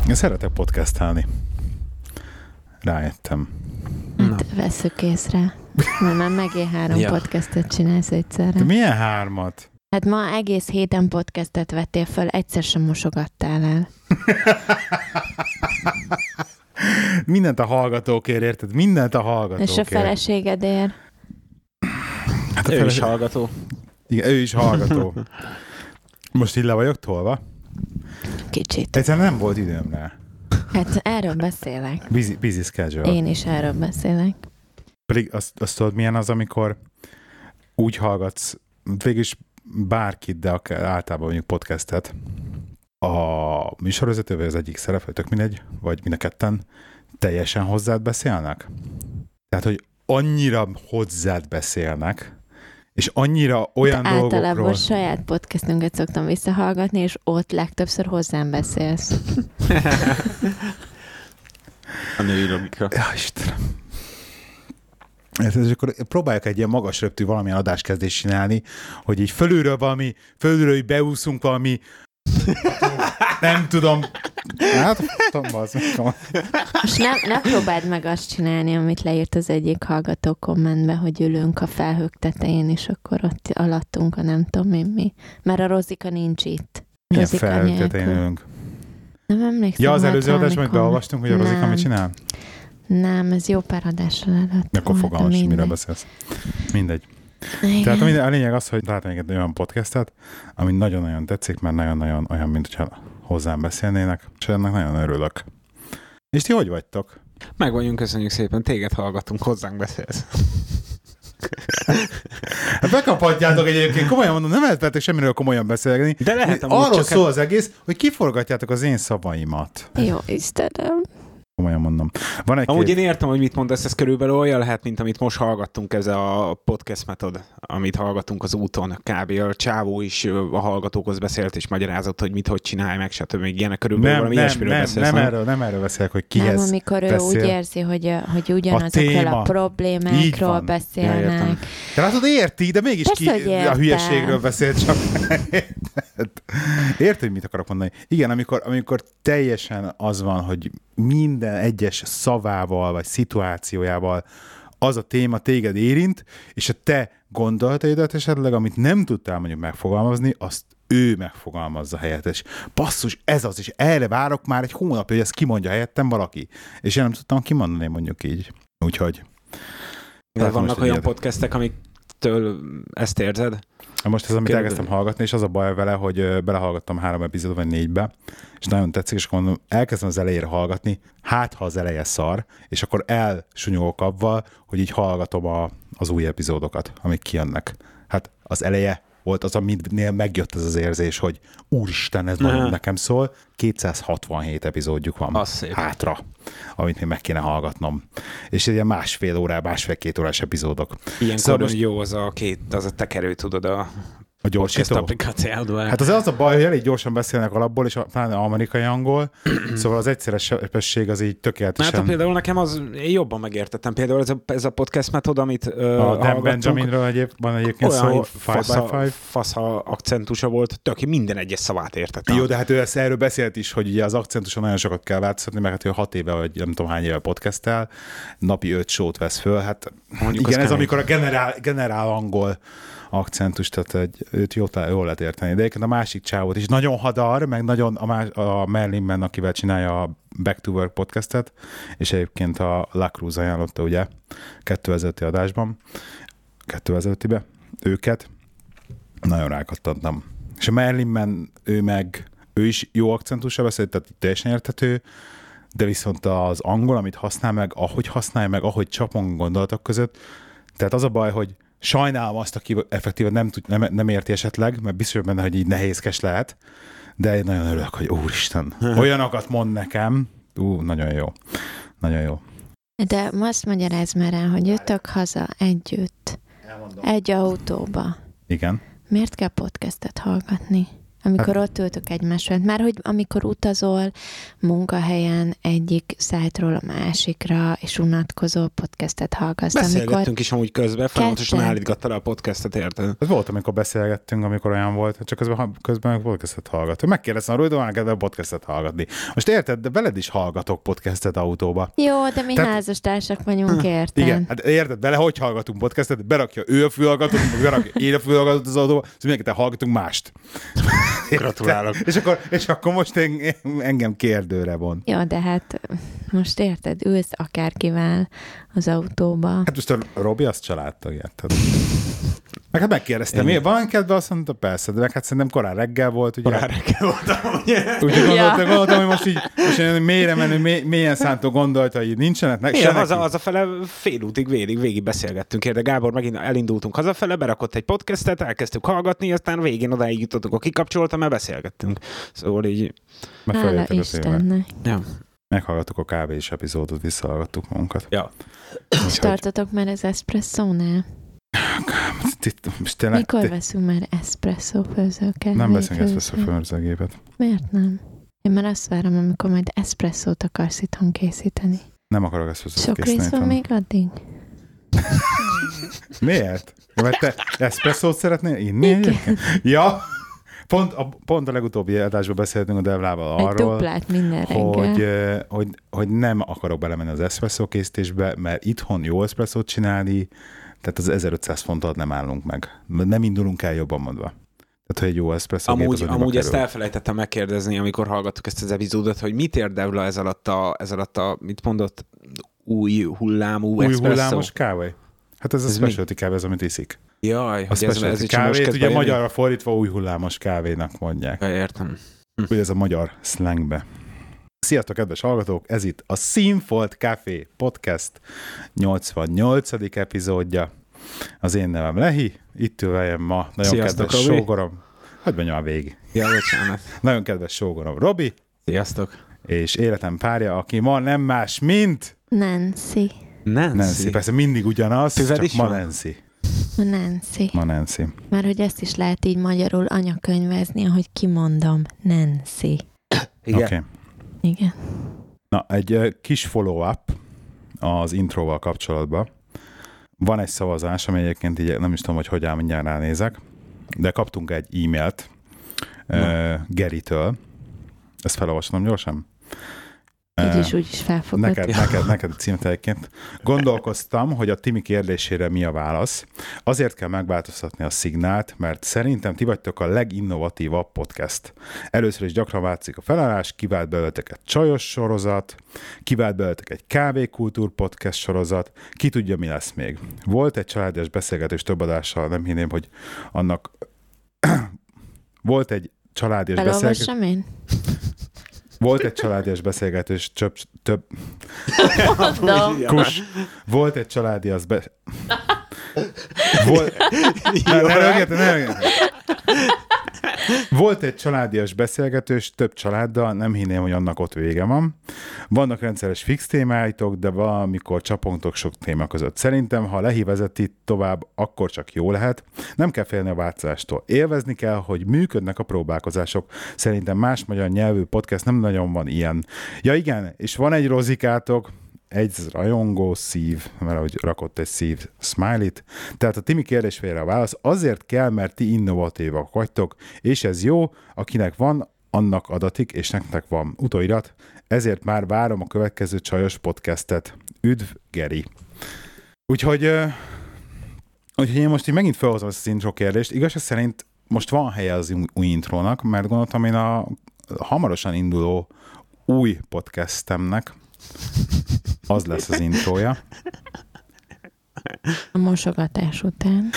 Én szeretek podcastálni. Rájöttem. Hát vesszük észre. Mert már megint 3 podcastet csinálsz egyszerre. De milyen 3? Hát ma egész héten podcastet vettél föl, egyszer sem mosogattál el. Mindent a hallgatókért, érted? Mindent a hallgatókért. És a feleségedért? Hát ő is hallgató. Igen, ő is hallgató. Most így le vagyok tolva? Kicsit. Egyszerűen nem volt időm rá. Hát erről beszélek. Busy schedule. Én is erről beszélek. Pedig azt tudod, milyen az, amikor úgy hallgatsz, végülis bárkit, de általában mondjuk podcastet, a műsorvezető vagy az egyik szereplő, tök mindegy, vagy mind a ketten teljesen hozzád beszélnek. Tehát, hogy annyira hozzád beszélnek, és annyira olyan dolgokról... Általában saját podcastünket szoktam visszahallgatni, és ott legtöbbször hozzám beszélsz. A női logika. Ja, Istenem. És akkor próbáljuk egy ilyen magas röptű valamilyen adáskezdést csinálni, hogy így fölülről így beúszunk valami nem tudom. Hát, most ne próbáld meg azt csinálni, amit leírt az egyik hallgató kommentbe, hogy ülünk a felhők tetején, és akkor ott alattunk a nem tudom én mi. Mert a Rozika nincs itt. Milyen felhők tetején ülünk? Nem emlékszem. Ja, az előző adásban, hogy beolvastunk, hogy a Rozika mit csinál? Nem, ez jó pár adással előtt. Akkor fogalmas, miről beszélsz. Mindegy. Igen. Tehát a lényeg az, hogy látom egy olyan podcastet, ami nagyon-nagyon tetszik, mert nagyon-nagyon olyan, mint hogyha hozzám beszélnének, és ennek nagyon örülök. És ti hogy vagytok? Meg vagyunk, köszönjük szépen, téged hallgatunk, hozzánk beszélsz. Hát bekaphatjátok egyébként, komolyan mondom, nem lehetett semmiről komolyan beszélni. De lehet arról szól az egész, hogy kiforgatjátok az én szavaimat. Jó, Istenem. Komolyan mondom. Van amúgy én értem, hogy mit mondasz, ez körülbelül olyan lehet, mint amit most hallgattunk, ez a podcast metod, amit hallgatunk az úton. Kb. A csávó is a hallgatókhoz beszélt, és magyarázott, hogy hogy csinálj meg, stb. Még ilyenek körülbelül valami ilyesmiről beszélsz. Nem erről beszélek, hogy kihez nem, amikor ő úgy érzi, hogy ugyanazokról a problémákról beszélnek. Ja, te látod, érti, de mégis persze, a hülyeségről beszélt csak. Érted, hogy mit akarok mondani? Igen, amikor teljesen az van, hogy minden egyes szavával vagy szituációjával az a téma téged érint, és a te gondolataidat esetleg, amit nem tudtál mondjuk megfogalmazni, azt ő megfogalmazza helyett. És basszus, ez az, és erre várok már egy hónapja, hogy ezt kimondja helyettem valaki. És én nem tudtam kimondani, mondjuk így. Úgyhogy. De vannak olyan podcastek, amiktől ezt érzed? Most ez, amit elkezdtem hallgatni, és az a baj vele, hogy belehallgattam 3 epizódba vagy 4-be, és nagyon tetszik, és akkor mondom, elkezdem az elejére hallgatni, hát ha az eleje szar, és akkor elsunyogok avval, hogy így hallgatom az új epizódokat, amik kijönnek. Hát az eleje volt az, aminél megjött ez az érzés, hogy úristen, ez nagyon nekem szól. 267 epizódjuk van hátra, amit még meg kéne hallgatnom. És egy ilyen másfél-két órás epizódok. Ilyenkor szóval most jó az a tekerő, tudod, a gyorsító applikációdban. Hát az a baj, hogy elég gyorsan beszélnek alapból, és pláne amerikai angol, szóval az egyszeres sebesség az így tökéletesen... Hát például nekem az, én jobban megértettem. Például ez a podcast metod, amit a Dan Benjaminről van egyébként szó, 5x5. Fasz akcentusa volt, tök minden egyes szavát értettem. Jó, de hát ő erről beszélt is, hogy ugye az akcentuson nagyon sokat kell változtatni, mert hát ő 6 éve, vagy nem tudom hány éve podcastel, napi 5 show-t vesz föl, hát mondjuk igen, ez amikor a generál angol akcentus, tehát őt jól lehet érteni. De egyébként a másik csávot is nagyon hadar, meg nagyon a Merlin Man, akivel csinálja a Back to Work podcastet, és egyébként a La Cruz ajánlotta ugye 2005-i adásban, 2005-be őket. Nagyon rákattantam. És a Merlin Man, ő is jó akcentussal beszél, tehát teljesen érthető, de viszont az angol, amit használ meg, ahogy használja meg, ahogy csapon gondolatok között, tehát az a baj, hogy sajnálom azt, aki effektíven nem érti esetleg, mert biztos benne, hogy így nehézkes lehet, de én nagyon örülök, hogy úristen, olyanokat mond nekem. Nagyon jó. Nagyon jó. De azt magyarázd már el, hogy jöttök haza együtt. Elmondom. Egy autóba. Igen. Miért kell podcastet hallgatni? Amikor ott ültök egymás mellett. Már hogy amikor utazol munkahelyen egyik szájtról a másikra, és unatkozol, podcastet hallgatsz. Beszélgettünk is amúgy közben, folyamatosan állítgatta a podcastet, érted? Ez volt, amikor beszélgettünk, amikor olyan volt, csak közben a podcastet hallgat. Megkérdeztem arról, hogy van kedve podcastet hallgatni. Most érted, de veled is hallgatok podcastet autóba. Jó, de mi házastársak vagyunk, érted? Igen, hát érted, bele hogy hallgatunk podcastet, berakja ő a fülhallgatót, berakja én a fülhallgatót az autóba, szóval mindenki hallgatunk mást. Gratulálok. És akkor most engem kérdőre von. Jó, de hát most érted, ülsz akárkivel az autóba. Hát most a Robi az családtag, érted? Meg hát megkérdeztem, miért van kedve, azt mondta, persze, de meg hát szerintem korán reggel volt, ugye? Korán reggel voltam, ugye? Úgyhogy gondoltam, hogy most így mélyre menő, mélyen szántó gondolatai nincsenek. Hazafele fél útig végig beszélgettünk, érde Gábor, megint elindultunk hazafele, berakott egy podcastet, elkezdtük hallgatni, aztán végén odáig jutottunk, akkor kikapcsoltam, mert beszélgettünk. Szóval így... Hála Istennek. Ja. Meghallgattuk a kávés epizódot, visszahallgattuk magunkat. Ja. És tartotok már az eszpresszónál? Mikor veszünk már eszpresszó főzőket? Nem veszünk eszpresszó főzőgépet. Miért nem? Én már azt várom, amikor majd eszpresszót akarsz itthon készíteni. Nem akarok eszpresszót készíteni. Sok rész van még addig? Miért? Mert te eszpresszót szeretnél inni? Ja, pont a legutóbbi adásban beszéltünk a Devlával arról, egy duplát minden reggel. Hogy nem akarok belemenni az eszpresszó készítésbe, mert itthon jó eszpresszót csinálni, tehát az 1500 font alatt nem állunk meg. Nem indulunk el, jobban mondva. Tehát, hogy egy jó eszpresszó amúgy ezt elfelejtettem megkérdezni, amikor hallgattuk ezt az epizódot, hogy mit ér Devla ez alatt a mit mondott, új hullámú eszpresszó? Új hullámos kávé? Hát ez a specialty kávé, az, amit iszik. Jaj, a specialty kávét ugye magyarra fordítva új hullámos kávénak mondják. Ja, értem. Ugye ez a magyar slangbe. Sziasztok, kedves hallgatók! Ez itt a Színfolt Café Podcast 88. epizódja. Az én nevem Lehi, itt ül velem ma nagyon Sziasztok, kedves Robi. Sógorom. Hadd mondjam a végig. Ja, bocsánat. Nagyon kedves Sógorom Robi. Sziasztok. És életem párja, aki ma nem más, mint... Nancy. Nancy, persze mindig ugyanaz, Tüved csak ma van? Nancy. Ma Nancy. Már hogy ezt is lehet így magyarul anyakönyvezni, ahogy kimondom. Nancy. Igen. Okay. Igen. Na, egy kis follow-up az introval kapcsolatban. Van egy szavazás, ami egyébként így nem is tudom, hogy áll, mindjárt ránézek, de kaptunk egy e-mailt Geritől. Ezt felolvasom gyorsan? Így is úgy is felfogod. Neked címet egyébként. Gondolkoztam, hogy a Timi kérdésére mi a válasz. Azért kell megváltoztatni a szignált, mert szerintem ti vagytok a leginnovatívabb podcast. Először is gyakran változik a felállás, kivált belőletek egy csajos sorozat, kivált belőletek egy kávékultúr podcast sorozat, ki tudja, mi lesz még. Volt egy családias beszélgetés több adással, nem hinném, hogy annak volt egy családias beszélgetés. Elolvassam én? Volt egy családias beszélgetés, több... Volt egy családias Volt egy családias beszélgetés több családdal, nem hinném, hogy annak ott vége van. Vannak rendszeres fix témáitok, de valamikor csapongtok sok téma között. Szerintem, ha Lehi vezeti tovább, akkor csak jó lehet. Nem kell félni a változástól. Élvezni kell, hogy működnek a próbálkozások. Szerintem más magyar nyelvű podcast nem nagyon van ilyen. Ja igen, és van egy rozikátok, egy rajongó szív, mert ahogy rakott egy szív smiley-t. Tehát a Timi kérdésére a válasz azért kell, mert ti innovatívak vagytok, és ez jó, akinek van, annak adatik, és nektek van utóirat, ezért már várom a következő csajos podcastet. Üdv, Geri! Úgyhogy én most így megint felhozom ezt az intro kérdést. Igazság szerint most van helye az új intrónak, mert gondoltam én a hamarosan induló új podcastemnek az lesz az intrója. A mosogatás után.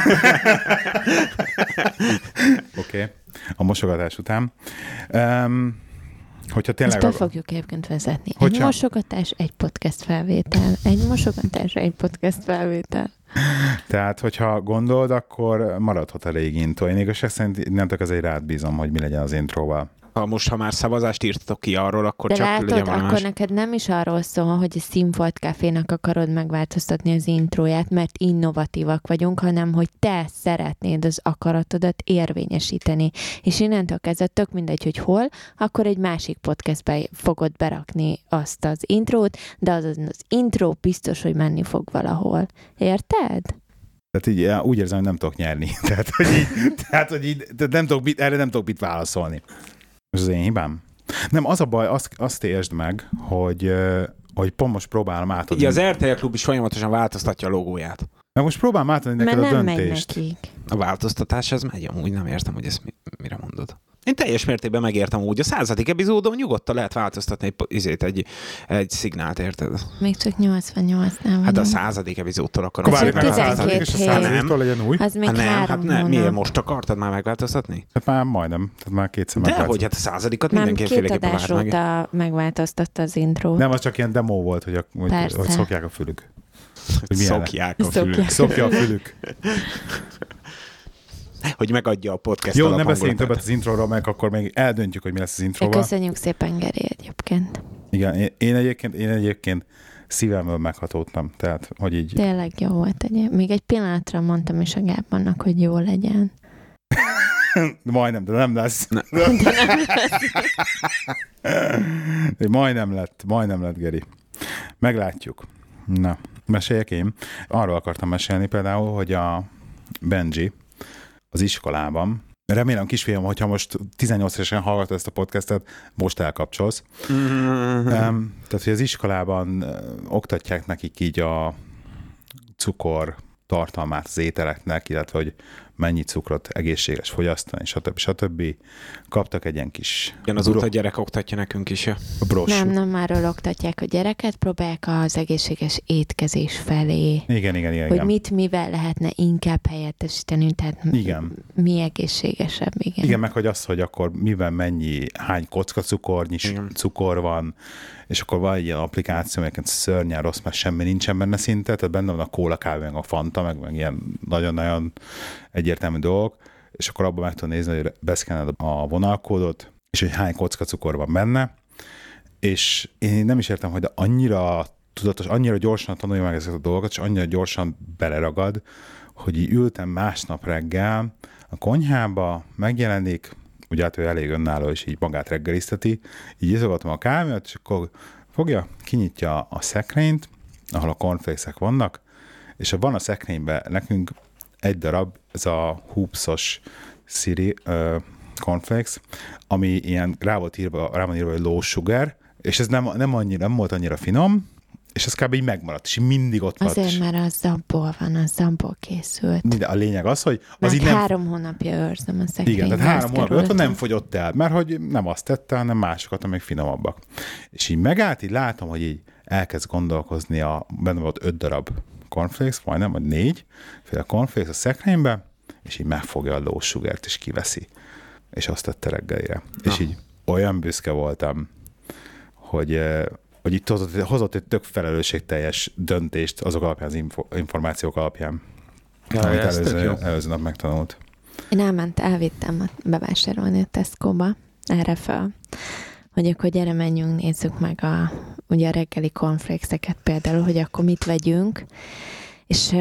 Oké. A mosogatás után. Hogyha tényleg... Ezt be fogjuk egyébként vezetni. Egy mosogatás, egy podcast felvétel. Egy mosogatás, egy podcast felvétel. Tehát, hogyha gondolod, akkor maradhat elég intro. Én igazság szerint innentől azért rád bízom, hogy mi legyen az intróval. Ha már szavazást írtatok ki arról, akkor de csak látod, legyen valami akkor más. neked nem is arról szól, hogy a Színfolt Cafénak akarod megváltoztatni az intróját, mert innovatívak vagyunk, hanem hogy te szeretnéd az akaratodat érvényesíteni. És innentől kezdve tök mindegy, hogy hol, akkor egy másik podcastbe fogod berakni azt az intrót, de az intró biztos, hogy menni fog valahol. Érted? Tehát így úgy érzem, hogy nem tudok nyerni. Tehát nem tudok, erre nem tudok mit válaszolni. Ez az én hibám? Nem, az a baj, azt értsd meg, hogy pont most próbálom átadni. Igen, az RTL Klub is folyamatosan változtatja a logóját. Mert most próbálom átadni neked a döntést. Megy nekik. A változtatás az megy, amúgy nem értem, hogy ezt mire mondod. Én teljes mértékben megértem úgy. A 100. epizódon nyugodtan lehet változtatni egy szignált, érted? Még csak 88 nem Hát a vagyunk. 100. epizódtól akarom. Az Várj meg a 12 100. és a hét. 100. legyen új. Az még 3 hát hónap. miért most akartad már megváltoztatni? Tehát már majdnem. Tehát már kétszer De megváltozott. hogy hát a 100-at Nem, mindenképpen 2 adás várd meg. óta megváltoztatta az intro. Nem, az csak ilyen demo volt, hogy Persze. szokják a fülük. Hogy milyen Szokják a fülük. Szokja a fülük. Hogy megadja a podcast Jó, ne alaphangulatát. beszéljünk többet az intróról, meg akkor még eldöntjük, hogy mi lesz az intróval. Köszönjük szépen, Geri, egyébként. Igen, én egyébként szívemből meghatódtam. Tehát, hogy így... Tényleg jó volt. Még egy pillanatra mondtam is a Gábornak, hogy jó legyen. Majdnem, de nem lesz. Majdnem lett, Geri. Meglátjuk. Na, meséljek én. Arról akartam mesélni például, hogy a Benji az iskolában, remélem kisfiam, hogyha most 18 évesen hallgatod ezt a podcastet, most elkapcsolsz. Tehát, hogy az iskolában oktatják nekik így a cukor tartalmát az ételeknek, illetve hogy mennyi cukrot egészséges fogyasztani, stb. Kaptak egy ilyen kis... Igen, azóta a gyerek oktatja nekünk is. Ja. Nem, már oktatják a gyereket, próbálják az egészséges étkezés felé. Igen. Hogy mit mivel lehetne inkább helyettesíteni, tehát igen. Mi egészségesebb, igen. Igen, meg hogy az, hogy akkor mivel hány kocka cukornyi cukor van, és akkor van egy ilyen applikáció, amelyeket szörnyen rossz, mert semmi nincsen benne szinte, tehát benne van a kóla, kávé, meg a fanta, meg ilyen nagyon-nagyon egyértelmű dolgok, és akkor abban meg tudod nézni, hogy beszkenned a vonalkódot, és hogy hány kocka cukor van benne, és én nem is értem, hogy annyira tudatos, annyira gyorsan tanulja meg ezeket a dolgokat, és annyira gyorsan beleragad, hogy így ültem másnap reggel a konyhába, megjelenik, ugye hát ő elég önálló, és így magát reggelizteti, így izogatom a kávét, és akkor fogja, kinyitja a szekrényt, ahol a cornflakesek vannak, és van a szekrényben nekünk egy darab, ez a Hoops-os cornflakes, ami ilyen rá van írva, hogy low sugar, és ez nem volt annyira finom, és ez kb. Így megmaradt, és így mindig ott volt. Azért, mert az zabból van, az zabból készült. De a lényeg az, hogy... Az így 3 hónapja őrzöm a szekrényben. Igen, tehát 3 hónapja nem fogyott el, mert hogy nem azt tette, hanem másokat, amik finomabbak. És így megállt, így látom, hogy így elkezd gondolkozni, benne volt 5 darab cornflakes, majdnem, vagy 4 féle cornflakes a szekrénybe, és így megfogja a low sugart, és kiveszi. És azt tette reggelire. És így olyan büszke voltam, hogy itt hozott egy tök felelősségteljes döntést azok alapján, az információk alapján, amit előző nap megtanult. Én elvittem bevásárolni a Tesco-ba erre fel, hogy akkor gyere, menjünk, nézzük meg ugye a reggeli cornflakeseket például, hogy akkor mit vegyünk, és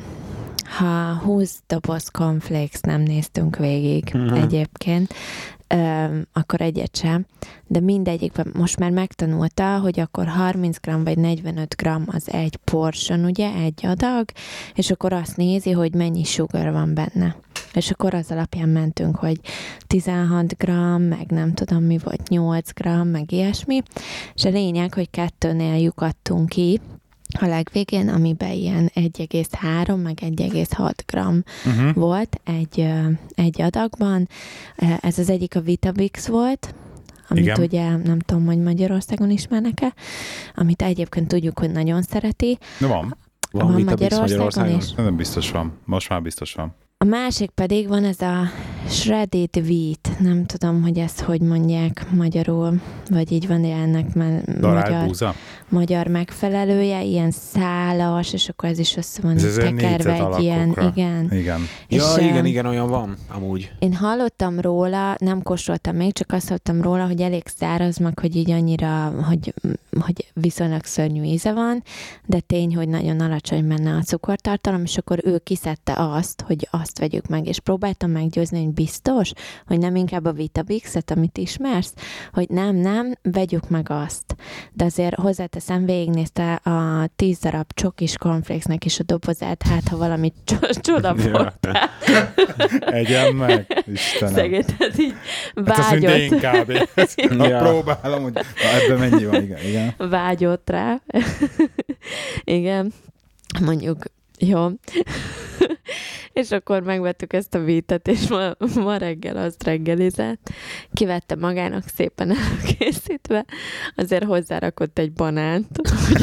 ha 20 doboz cornflakes nem néztünk végig egyébként, akkor egyet sem, de mindegyikben most már megtanulta, hogy akkor 30 g vagy 45 g az egy portion, ugye, egy adag, és akkor azt nézi, hogy mennyi sugar van benne. És akkor az alapján mentünk, hogy 16 g, meg nem tudom mi volt, 8 g, meg ilyesmi, és a lényeg, hogy 2-nél lyukadtunk ki, a legvégén, amiben ilyen 1,3 meg 1,6 g volt egy adagban. Ez az egyik a Vitabix volt, amit igen. Ugye nem tudom, hogy Magyarországon ismernek-e, amit egyébként tudjuk, hogy nagyon szereti. De van Magyarországon is. Nem biztos van. Most már biztos van. A másik pedig van ez a shredded wheat, nem tudom, hogy ezt hogy mondják magyarul, vagy így van ennek magyar megfelelője, ilyen szálas, és akkor ez is össze van tekerve egy ilyen, igen. Ja, igen, olyan van, amúgy. Én hallottam róla, nem kóstoltam még, csak azt hallottam róla, hogy elég száraz, meg hogy így annyira, hogy viszonylag szörnyű íze van, de tény, hogy nagyon alacsony benne a cukortartalom, és akkor ő kiszedte azt, hogy azt vegyük meg, és próbáltam meggyőzni, hogy biztos, hogy nem inkább a Vitabix-et, amit ismersz, hogy nem, vegyük meg azt. De azért hozzáteszem, végignézte a 10 darab csokis cornflakesnek is a dobozát, hát ha valami csoda voltál. Egyen meg, Istenem. Szegélyed így vágyott. Hát az én kb. Próbálom, hogy ebben mennyi van, igen. Vágyott rá. Igen. Mondjuk, jó. És akkor megvettük ezt a vítet, és ma reggel azt reggelizett. Kivette magának szépen előkészítve, azért hozzárakott egy banánt.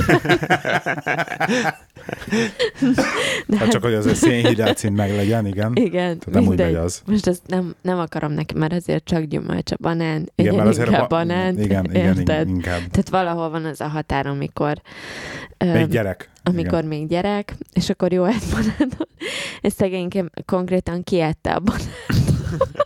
Hát csak, hogy az a szénhidrát szint meg legyen, igen. Igen, nem úgy megy az. Most ezt nem akarom neki, mert azért csak gyümölcs a banán. Igen, mert azért inkább banánt. Igen, inkább. Tehát valahol van az a határ, amikor... Még gyerek. Amikor még gyerek, és akkor jó egy banánon, és szegényként konkrétan kiette a banánt.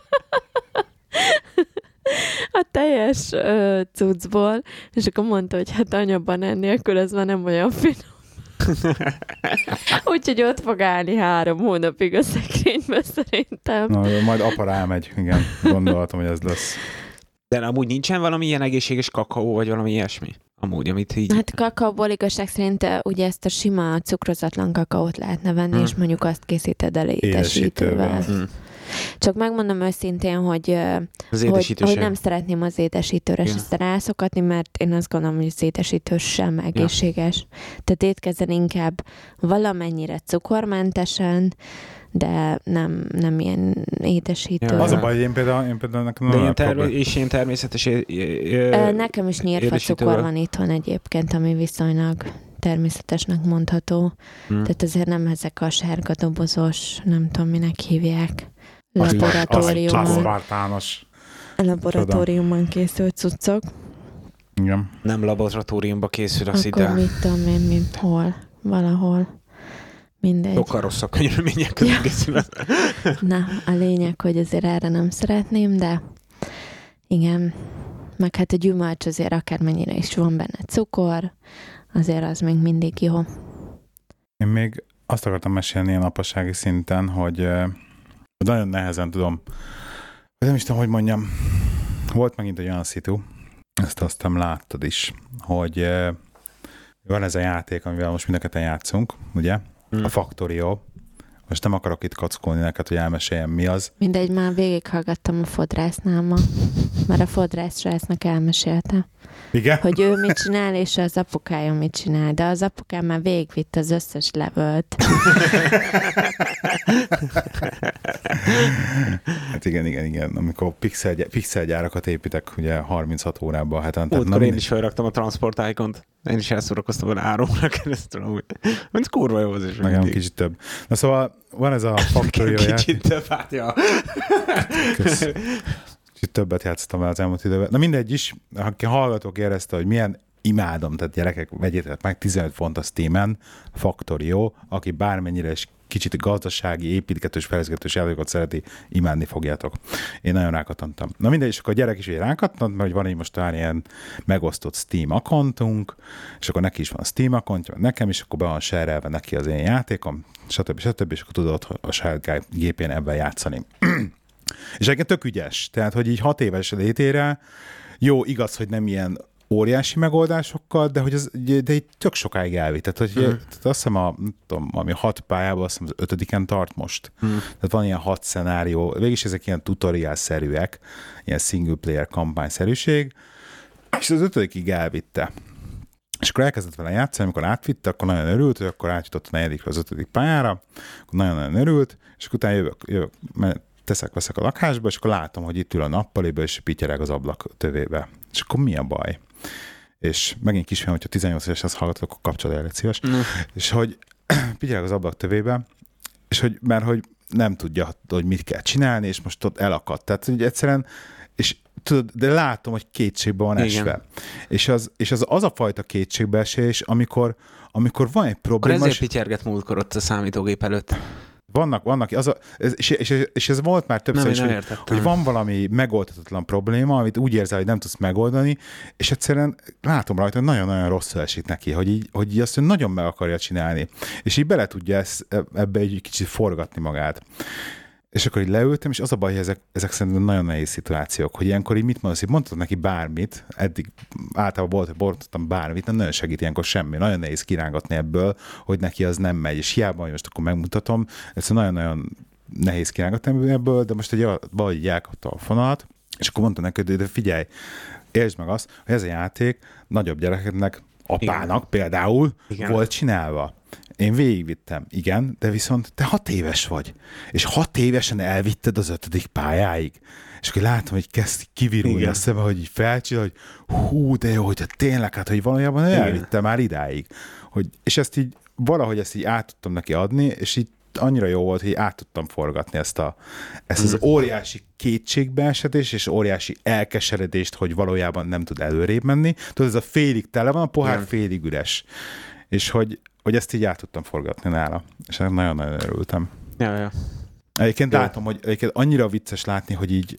A teljes cuccból, és akkor mondta, hogy hát anya banán nélkül ez már nem olyan finom. Úgyhogy ott fog állni 3 hónapig a szekrényben szerintem. Na, majd apa rámegy, igen. Gondoltam, hogy ez lesz. De amúgy nincsen valami ilyen egészséges kakaó, vagy valami ilyesmi? Amúgy, amit így... Hát kakaóból igazság szerint ugye ezt a sima cukrozatlan kakaót lehetne venni, és mondjuk azt készíted el édesítővel. Csak megmondom őszintén, hogy nem szeretném az édesítőre se rászokatni, mert én azt gondolom, hogy az édesítő sem egészséges. Tehát étkezzen inkább valamennyire cukormentesen, de nem ilyen édesítő. Az a baj, hogy én például nekem nem ilyen természetes nekem is nyírfa cukor van itthon egyébként, ami viszonylag természetesnek mondható. Tehát azért nem ezek a sárga dobozos, nem tudom, minek hívják. Laboratóriumban készült cuccok. Igen. Nem laboratóriumban készül, azt akkor mit tudom én, hol? Valahol. Mindegy. Sokkal rosszabb körülmények között készül. Na, a lényeg, hogy azért erre nem szeretném, de igen. Meg hát a gyümölcs azért akármennyire is van benne cukor, azért az még mindig jó. Én még azt akartam mesélni ilyen apasági szinten, hogy nagyon nehezen tudom, nem is tudom, hogy mondjam, volt megint egy olyan szitu, ezt aztán láttad is, hogy van ez a játék, amivel most mind a ketten játszunk, ugye? A Factorio. Most nem akarok itt kackolni neked, hogy elmeséljem, mi az. Mindegy, már végighallgattam a fodrásznál ma, mert a fodrász srácnak elmesélte. Igen? Hogy ő mit csinál, és az apukája mit csinál. De az apukám már végigvitt az összes levelt. Hát igen. Amikor pixelgyárakat építek, ugye 36 órában hetente. Múltkor én is felraktam a Transport Icon-t. Én is elszórakoztam vele 3 óra keresztül. Ez kurva jó az is. Nekem kicsit több. Na szóval van ez a Factorio Kicsit több, hát ja. Kicsit többet játszottam vele az elmúlt időben. Na mindegy is, aki hallgatók érezte, hogy milyen imádom, tehát gyerekek, vegyétek meg 15 font a Steamen, Factorio, aki bármennyire is kicsit gazdasági, építgetős, fejleszgetős játékokat szereti, imádni fogjátok. Én nagyon rákattantam. Na mindegy, és akkor a gyerek is így rákattant, mert hogy van így most ilyen megosztott Steam accountunk, és akkor neki is van a Steam accountja, nekem is, akkor be van share-elve neki az én játékom, stb. És akkor tudod a saját gépén ebben játszani. És egyébként tök ügyes, tehát, hogy így 6 éves létére, jó, igaz, hogy nem ilyen óriási megoldásokkal, de hogy de így tök sokáig elvitt. Tehát, hogy tehát azt hiszem ami 6 pályában, azt hiszem az 5-en tart most. Tehát van ilyen 6 szenárió, végülis ezek ilyen tutorial-szerűek, ilyen single player kampányszerűség, és az 5-ig elvitte. És akkor elkezdett vele játszani, amikor átvitte, akkor nagyon örült, hogy akkor átjutott a 4. az 5. pályára, akkor nagyon-nagyon örült, és akkor utána jövök veszek a lakásba, és akkor látom, hogy itt ül a nappaliba, és pityereg az ablak tövébe. És akkor mi a baj? És megint kisfiam, hogyha 18 éves azt hallgatok, akkor kapcsolja el, szíves. És hogy pityereg az ablak tövébe, és hogy, mert hogy nem tudja, hogy mit kell csinálni, és most ott elakadt. Tehát hogy egyszerűen, és tudod, de látom, hogy kétségbe van esve. És az a fajta kétségbeesés, amikor van egy probléma... Akkor ezért pityerget múltkor ott a számítógép előtt. Vannak és ez volt már többször is, hogy van valami megoldhatatlan probléma, amit úgy érzel, hogy nem tudsz megoldani, és egyszerűen látom rajta, hogy nagyon-nagyon rosszul esik neki, hogy így azt nagyon meg akarja csinálni. És így bele tudja ebbe egy kicsit forgatni magát. És akkor így leültem, és az a baj, hogy ezek szerintem nagyon nehéz szituációk, hogy ilyenkor így mit mondasz, hogy mondtad neki bármit, eddig általában mondtam bármit, nem nagyon segít ilyenkor semmi, nagyon nehéz kirángatni ebből, hogy neki az nem megy, és hiába, hogy most akkor megmutatom, egyszerűen nagyon-nagyon nehéz kirángatni ebből, de most valahogy elkapta a fonalat, és akkor mondtam neki, de figyelj, értsd meg azt, hogy ez a játék nagyobb gyerekeknek, apának például volt csinálva. Én végigvittem, igen, de viszont te 6 éves vagy, és 6 évesen elvitted az 5. pályáig. És akkor látom, hogy kezd kivirulni a szeme, hogy így felcsill, hogy hú, de jó, hogy tényleg, hát, hogy valójában elvitte már idáig. És ezt így át tudtam neki adni, és így annyira jó volt, hogy át tudtam forgatni ezt az óriási kétségbeesedést és óriási elkeseredést, hogy valójában nem tud előrébb menni. Tudod, ez a félig tele van, a pohár félig üres. És hogy ezt így át tudtam forgatni nála. És nagyon-nagyon örültem. Ja. Egyébként látom, hogy egyébként annyira vicces látni,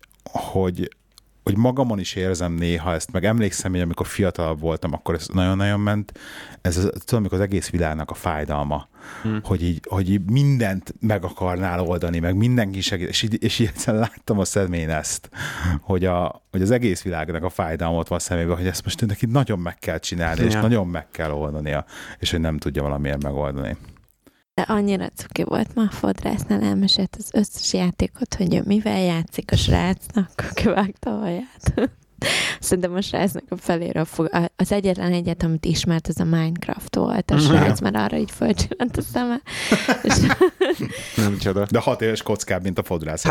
hogy magamon is érzem néha ezt, meg emlékszem, hogy amikor fiatalabb voltam, akkor ez nagyon-nagyon ment. Tudom, amikor az egész világnak a fájdalma, hogy így mindent meg akarnál oldani, meg mindenki segít, és így egyszerűen láttam a szemén ezt, hogy az egész világnak a fájdalmat van a szemében, hogy ezt most neki nagyon meg kell csinálni, és nagyon meg kell oldania, és hogy nem tudja valamiért megoldani. De annyira cuki volt ma a fodrásznál, elmesélt az összes játékot, hogy mivel játszik a srácnak, kivágta a haját. Szerintem a srácnak a feléről az egyetlen egyet, amit ismert, az a Minecraft volt. A srác már arra így fölcsillant a szeme. Nem csoda. De 6 éves kockább, mint a fodrász.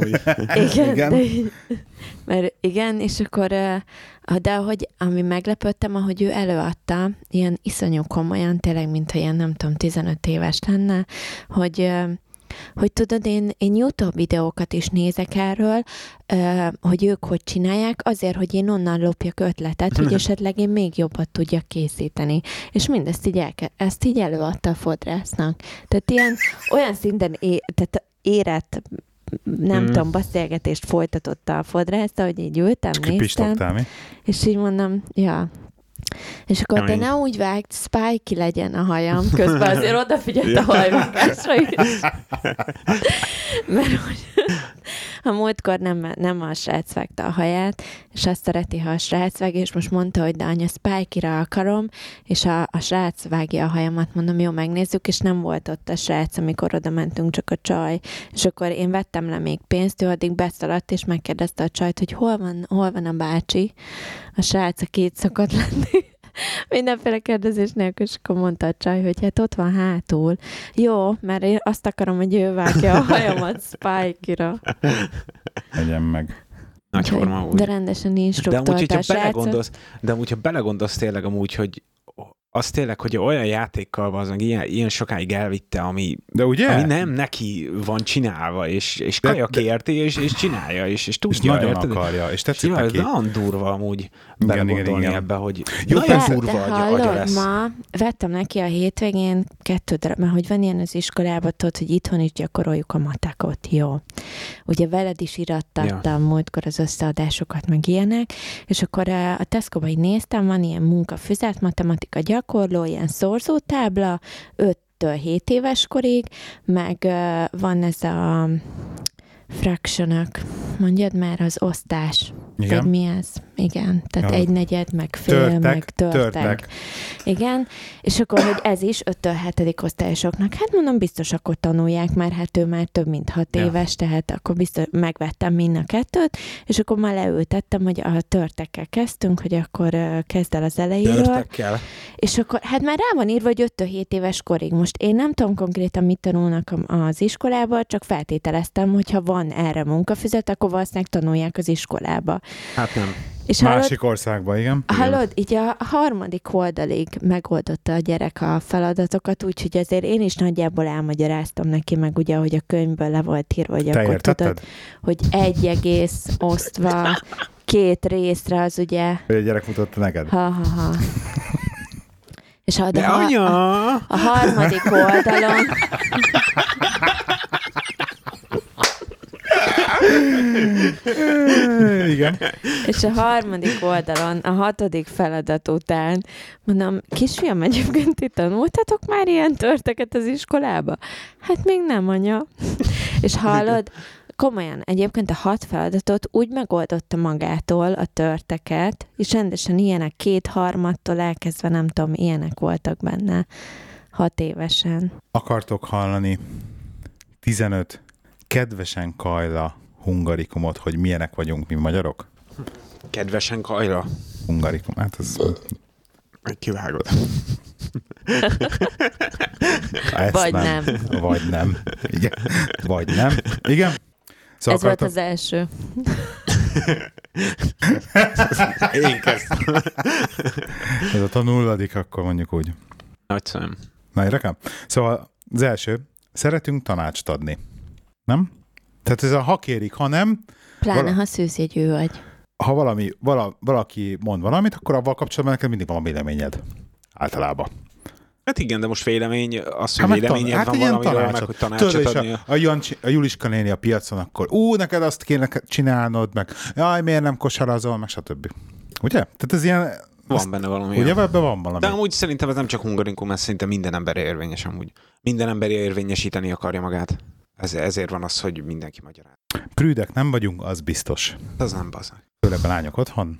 Igen, és akkor de ahogy, ami meglepődtem, ahogy ő előadta, ilyen iszonyú komolyan, tényleg, mintha ilyen, nem tudom, 15 éves lenne, hogy tudod, én YouTube videókat is nézek erről, hogy ők hogy csinálják, azért, hogy én onnan lopjak ötletet, hogy esetleg én még jobbat tudjak készíteni. És mindezt ezt így előadta a fodrásznak. Tehát olyan szinten érett, nem tudom, beszélgetést folytatotta a fodrászta, hogy így ültem, néztem, és így mondom, ja. És akkor te ne úgy vágd, Spikey legyen a hajam, közben azért odafigyelt a hajvágásra is. Mert hogy a múltkor nem a srác vágta a haját, és azt szereti, ha a srác vág, és most mondta, hogy de anya, Spikey-ra akarom, és a srác vágja a hajamat, mondom, jó, megnézzük, és nem volt ott a srác, amikor oda mentünk, csak a csaj. És akkor én vettem le még pénzt, ő addig beszaladt, és megkérdezte a csajt, hogy hol van a bácsi, a srác, aki itt szokott lenni. Mindenféle kérdezés nélkül, és akkor mondta a csaj, hogy hát ott van hátul. Jó, mert én azt akarom, hogy ő vágja a hajamat Spikey-ra. Legyen meg. Nagy forma úgy. De rendesen instruktálta a srácot. De amúgy, ha belegondolsz tényleg amúgy, hogy az tényleg, hogy olyan játékkal van, ilyen sokáig elvitte, ami nem neki van csinálva, és kajak érti, és csinálja, és tudja. És nagyon akarja, és tetszik neki. Ez nagyon durva amúgy belegondolni ebbe, hogy nagyon durva agya lesz. Ma vettem neki a hétvégén 2 darab, mert hogy van ilyen az iskolában, tudod, hogy itthon is gyakoroljuk a matekot, jó. Ugye veled is irattattam múltkor az összeadásokat, meg ilyenek, és akkor a Tesco-ba így néztem, van ilyen munkafüzet, matematika gyakorló, ilyen szorzótábla, 5-től 7 éves korig, meg van ez a fractionok, mondjad már, az osztás. Igen. Tehát mi ez? Igen, tehát 1/4, meg fél, meg törtek. Igen, és akkor, hogy ez is 5-től 7. osztályosoknak, hát mondom, biztos akkor tanulják, mert hát ő már több mint 6 éves, tehát akkor biztos megvettem mind a 2, és akkor már leültettem, hogy a törtekkel kezdtünk, hogy akkor kezd el az elejéről. Törtekkel? És akkor, hát már rá van írva, hogy 5-7 éves korig. Most én nem tudom konkrétan, mit tanulnak az iskolában, csak feltételeztem, hogyha van erre munkafüzet, akkor valószínűleg tanulják az iskolába. Hát nem. És Másik országban, igen. Hallod, így a 3. oldalig megoldotta a gyerek a feladatokat, úgyhogy azért én is nagyjából elmagyaráztam neki, meg ugye, hogy a könyvből le volt írva, hogy Te akkor értetted? tudod, hogy 1 egész osztva 2 részre, az ugye... A gyerek mutatta neked. Ha. És De anya! A 3. oldalon... Igen. És a 3. oldalon, a 6. feladat után mondom, kisfiam, egyébként ti tanultatok már ilyen törteket az iskolába? Hát még nem, anya. És hallod, komolyan, egyébként a 6 feladatot úgy megoldotta magától a törteket, és rendesen ilyenek 2/3-tól elkezdve, nem tudom, ilyenek voltak benne 6 évesen. Akartok hallani 15 kedvesen kajla hungarikumot, hogy milyenek vagyunk mi magyarok? Kedvesen kajla. Hungarikum, hát ez... Kivágod. Vagy nem. Vagy nem. Igen. Vagy nem. Igen. Szóval ez volt az első. Én kezdtem. Ez a 0, akkor mondjuk úgy. Nagy szem. Na, érdekel? Szóval az első, szeretünk tanácsot adni. Nem? Tehát ez a ha kérik, ha nem. Pláne, ha szűzjegyű vagy. Ha valaki mond valamit, akkor avval kapcsolatban neked mindig van véleményed. Általában. Hát igen, de most vélemény, az, hogy véleményed van valamiről, meg hogy tanácsot adni. A Juliska néni a piacon, akkor neked azt kéne csinálnod, meg jaj, miért nem kosarazol, meg stb. Ugye? Tehát ez ilyen... Van benne valami. Ugye ebben van valami. De amúgy szerintem ez nem csak hungarikum, ez szinte minden ember érvényes amúgy. Minden ember érvényesíteni akarja magát. Ezért van az, hogy mindenki magyaráz. Prűdek nem vagyunk, az biztos. Az nem bazag. Főleg a lányok otthon.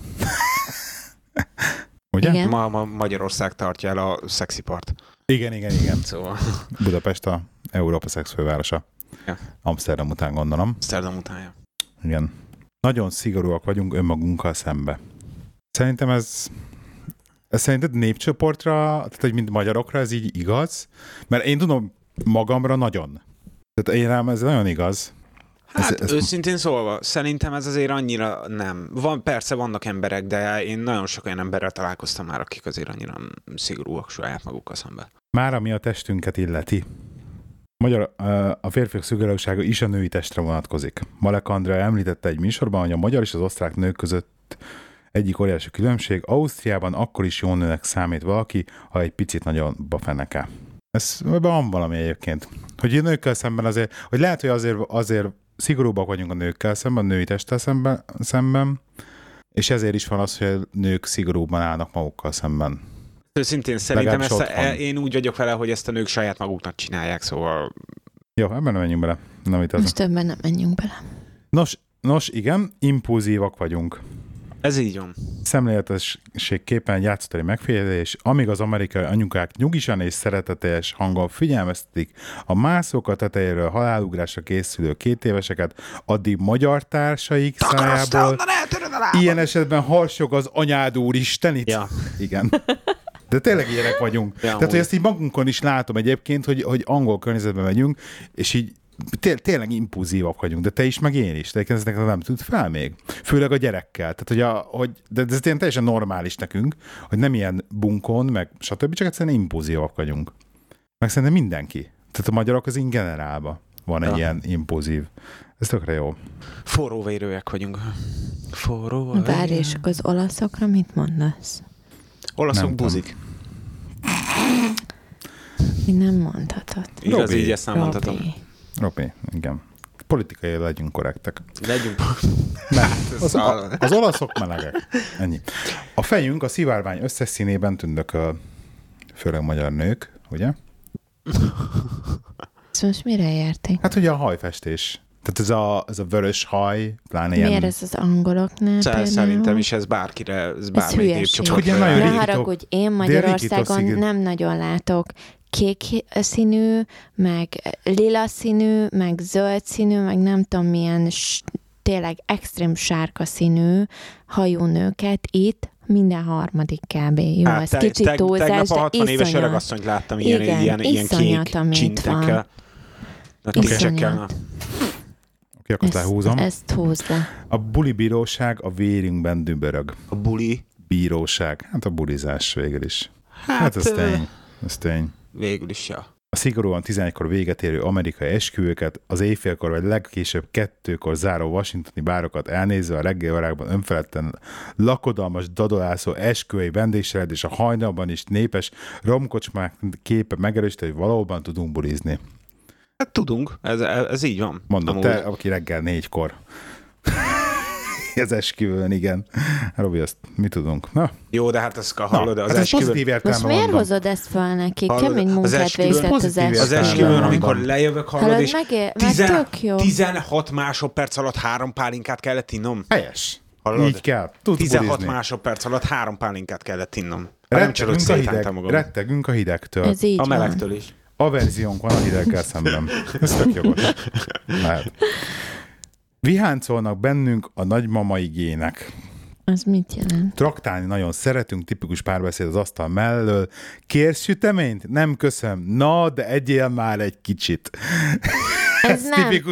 Ugye? Igen. Ma Magyarország tartja el a szexipart. Igen. Szóval. Budapest a Európa szexfővárosa. Ja. Amsterdam után gondolom. Amsterdam utánja. Igen. Nagyon szigorúak vagyunk önmagunkkal szembe. Szerintem ez szerinted népcsoportra, tehát hogy mint magyarokra ez így igaz? Mert én tudom magamra nagyon. Tehát én rám ez nagyon igaz. Hát őszintén szólva, szerintem ez azért annyira nem. Persze vannak emberek, de én nagyon sok olyan emberrel találkoztam már, akik azért annyira szigorúak saját magukkal szemben. Már ami a testünket illeti. A férfiak szigorúsága is a női testre vonatkozik. Malek Andrea említette egy műsorban, hogy a magyar és az osztrák nők között egyik óriási különbség. Ausztriában akkor is jó nőnek számít valaki, ha egy picit nagyon bafeneke. Ebben van valami egyébként. Hogy a nőkkel szemben azért, hogy lehet, hogy azért szigorúbbak vagyunk a nőkkel szemben, a női testtel szemben, és ezért is van az, hogy a nők szigorúbban állnak magukkal szemben. Őszintén szerintem én úgy vagyok vele, hogy ezt a nők saját maguknak csinálják, szóval... Jó, ebben nem menjünk bele. Most többen nem menjünk bele. Nos, igen, impulzívak vagyunk. Ez így van. Szemléletességképpen játszatali megfigyelés, amíg az amerikai anyukák nyugisan és szereteteljes hangon figyelmeztetik a mászók tetejéről halálugrásra készülő 2 éveseket, addig magyar társaik szájából ilyen esetben harsog az anyád úristenit. Ja. Igen. De tényleg ilyenek vagyunk. Ja, tehát, hogy ezt így magunkon is látom egyébként, hogy angol környezetben megyünk, és így tényleg impulzívak vagyunk, de te is, meg én is. De ez neked nem tud fel még. Főleg a gyerekkel. Tehát, de ez ilyen teljesen normális nekünk, hogy nem ilyen bunkon, meg stb. Csak egyszerűen impulzívak vagyunk. Meg szerintem mindenki. Tehát a magyarok az generálban van egy ilyen impulzív. Ez tökre jó. Forróvérőek vagyunk. Várj, és az olaszokra mit mondasz? Olaszok buzik. Mi nem mondhatod. Igaz, így ezt nem mondhatom. Robi, igen. Politikai legyünk korrektek. Legyünk. Az olaszok melegek. Ennyi. A fejünk a szivárvány összes színében tündököl. Főleg magyar nők, ugye? Ezt most mire érték? Hát ugye a hajfestés. Tehát ez a vörös haj, pláne ilyen... Miért ez az angoloknál? Szerintem is ez bárkire, ez bármely népcsoport. Ne haragudj, én Magyarországon nem nagyon látok kék színű, meg lila színű, meg zöld színű, meg nem tudom milyen tényleg extrém sárga színű hajú nőket itt minden harmadik kb. Jó, ez kicsit túlzás, tegnap a de 60 éves iszonyat. öregasszonyt láttam ilyen iszonyat, kék csintekkel. Iszonyat. Oké, akkor lehúzom. Ezt húzd le. A buli bíróság a vérünkben dübörög. A buli? Bíróság. Hát a bulizás végül is. Hát ez tény. Ez tény. Végül is, ja. A szigorúan 11-kor véget érő amerikai esküvőket, az éjfélkor vagy legkésőbb 2-kor záró washingtoni bárokat elnézve a reggelvarákban önfeledten lakodalmas dadolászó esküvői vendégsered és a hajnalban is népes romkocsmák képe megerősíti, hogy valóban tudunk bulizni. Hát tudunk, ez így van. Mondom, te, aki reggel 4-kor. Ez esküvőn, igen. Robi, azt mi tudunk? Na. Jó, de hát ezt hallod, az hát esküvőn. Most miért hozod ezt fel neki? Kemény munkát végzett az esküvőn. Az esküvőn, amikor lejövök, hallod, és 16 másodperc alatt 3 pálinkát kellett innom. Helyes. Hallod? Így kell. 16 másodperc alatt 3 pálinkát kellett innom. Nem csak, hogy szétáltam magam. Rettegünk a hidegtől. Ez így a melegtől is. Averziónk van a hideggel szemben. Ez tök jogos. Lehet. Viháncolnak bennünk a nagymamai gének. Az mit jelent? Traktálni nagyon szeretünk, tipikus párbeszéd az asztal mellől. Kérsz süteményt? Nem köszönöm. Na, de egyél már egy kicsit. Ez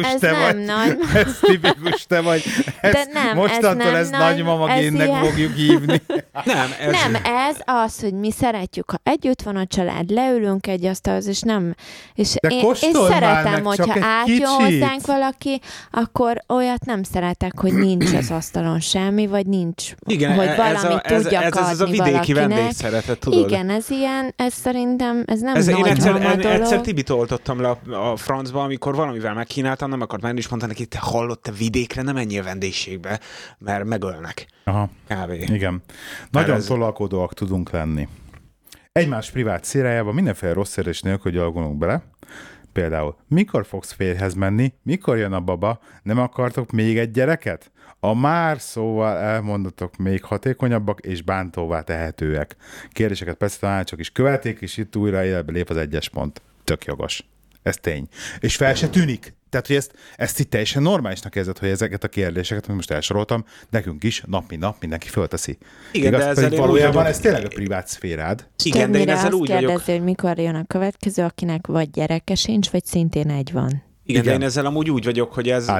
tipikus te vagy. Mostantól ez nagymama génnek fogjuk hívni. Nem, ez az, hogy mi szeretjük, ha együtt van a család, leülünk egy asztalhoz, és nem... És én szeretem, hogyha átjön hozzánk valaki, akkor olyat nem szeretek, hogy nincs az asztalon semmi, vagy nincs, igen, hogy valamit tudjak adni ez a vidéki vendégszeretet, tudod? Igen, ez ilyen, ez szerintem, ez nem nagymama dolog. Egyszer Tibit oltottam le a francba, amikor valamivel megkínáltam, nem akart menni, és mondta neki, te hallott, te vidékre nem menjél vendégségbe, mert megölnek. Aha. Kb. Igen. Nagyon tolakodóak tudunk lenni. Egymás privát szférájában mindenféle rossz érzés nélkül gyalogolunk bele. Például, mikor fogsz férjhez menni? Mikor jön a baba? Nem akartok még egy gyereket? A már szóval elmondatok még hatékonyabbak és bántóvá tehetőek. Kérdéseket persze tanácsok is követik, és itt újra életbe lép az 1-es pont. Tök jogos. Ez tény. És fel se tűnik. Tehát, hogy ezt itt teljesen normálisnak érzed, hogy ezeket a kérdéseket, amit most elsoroltam, nekünk is nap mint nap mindenki fölteszi. Igen, igaz, de ezzel valójában ez tényleg a privát szférád. Igen, de én ezzel úgy vagyok. Hogy mikor jön a következő, akinek vagy gyereke sincs, vagy szintén egy van. Igen, de én ezzel amúgy úgy vagyok, hogy ez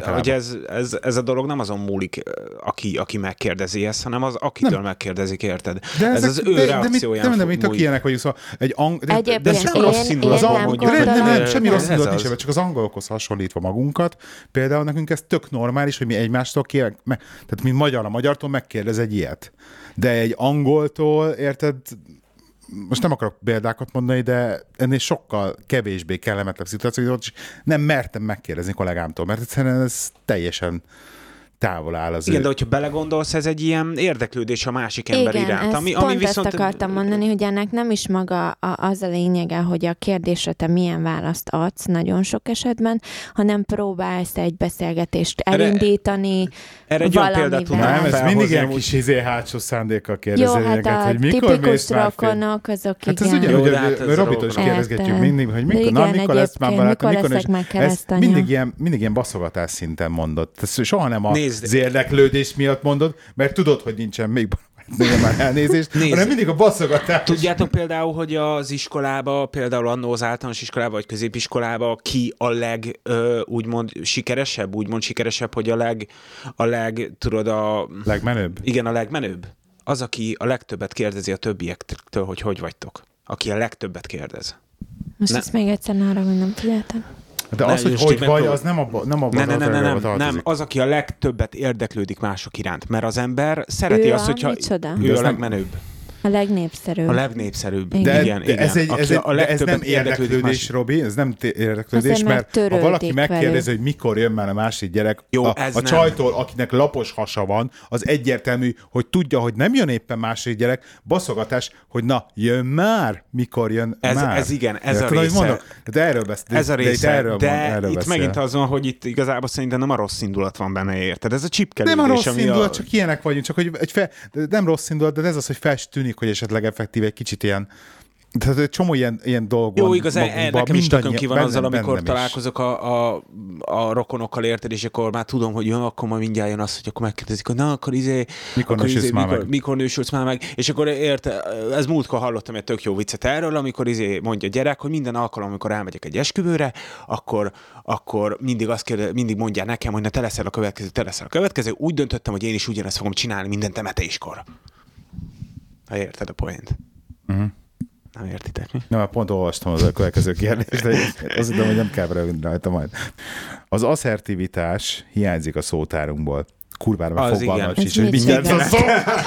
a dolog nem azon múlik, aki megkérdezi ezt, hanem az, akitől megkérdezik, érted? De ez az ő reakcióján de mi tök ilyenek vagyunk, szóval de nem rossz indulat. Nem, semmi rossz indulat nincs, csak az angolokhoz hasonlítva magunkat. Például nekünk ez tök normális, hogy mi egymástól tehát mi magyar a magyartól megkérdez egy ilyet. De egy angoltól, érted, most nem akarok példákat mondani, de ennél sokkal kevésbé kellemetlen szituáció, és nem mertem megkérdezni kollégámtól, mert egyszerűen ez teljesen távol áll az igen, de hogyha belegondolsz, ez egy ilyen érdeklődés a másik ember iránt. Ami pont viszont... ezt akartam mondani, hogy ennek nem is maga az a lényege, hogy a kérdésre te milyen választ adsz nagyon sok esetben, hanem próbálsz egy beszélgetést elindítani. Erre egy olyan példát tudnám felhozni. Ez mindig ilyen kis hátsó szándékkal kérdezi. Jó, hát a hogy mikor tipikus rokonok, azok hát igen. Hát ez ugye, Robitól is kérdezgetjük mindig, hogy mikor lesz már barátom, mindig ilyen baszogatás szinten mondod. Soha nem az érdeklődés miatt mondod, mert tudod, hogy nincsen még már elnézést, hanem mindig a baszogatás. Tudjátok például, hogy az iskolába, például annó az általános iskolába, vagy középiskolába ki a úgymond sikeresebb, hogy a tudod legmenőbb? Igen, a legmenőbb. Az, aki a legtöbbet kérdezi a többiektől, hogy vagytok. Aki a legtöbbet kérdez. Most ezt még egyszer arra, hogy nem figyeltem. De az, hogy vagy, az nem nem, az, aki a legtöbbet érdeklődik mások iránt, mert az ember szereti azt, hogyha ő a legmenőbb. A legnépszerűbb. A legnépszerűbb. Igen. Ez nem érdeklődés, Robi, ez nem érdeklődés, mert ha valaki megkérdezi, hogy mikor jön már a másik gyerek, jó, a csajtól, akinek lapos hasa van, az egyértelmű, hogy tudja, hogy nem jön éppen másik gyerek, baszogatás, hogy na, jön már, mikor jön már. Ez a része. De erről beszél. Ez a része, de itt megint az van, hogy itt igazából szerintem nem a rossz indulat van benne, érted? Ez a csipkelődés. Nem a rossz indulat, csak ilyenek vagyunk, csak hogy nem rossz indulat, de ez az, hogy felstűnik, hogy esetleg effektív egy kicsit ilyen Tehát egy csomó ilyen dolgon. Jó, igaz, nekem is tökön ki van azzal, amikor találkozok a rokonokkal, érted, és akkor már tudom, hogy jön, akkor majd mindjárt jön az, hogy akkor megkérdezik, hogy na, akkor mikor nősülsz már meg. És akkor ez múltkor hallottam egy tök jó viccet erről, amikor mondja a gyerek, hogy minden alkalom, amikor elmegyek egy esküvőre, akkor mindig mondják nekem, hogy na te leszel a következő. Úgy döntöttem, hogy én is ugyanezt fogom csinálni minden temetéskor. Ha érted a poént. Nem értitek mi? Nem, pont olvastam az a következő kérdést, de azt hiszem, hogy nem kell rövidni rajta majd. Az asszertivitás hiányzik a szótárunkból. Kurvára meg fogalmat sincs, hogy mindjárt a szó.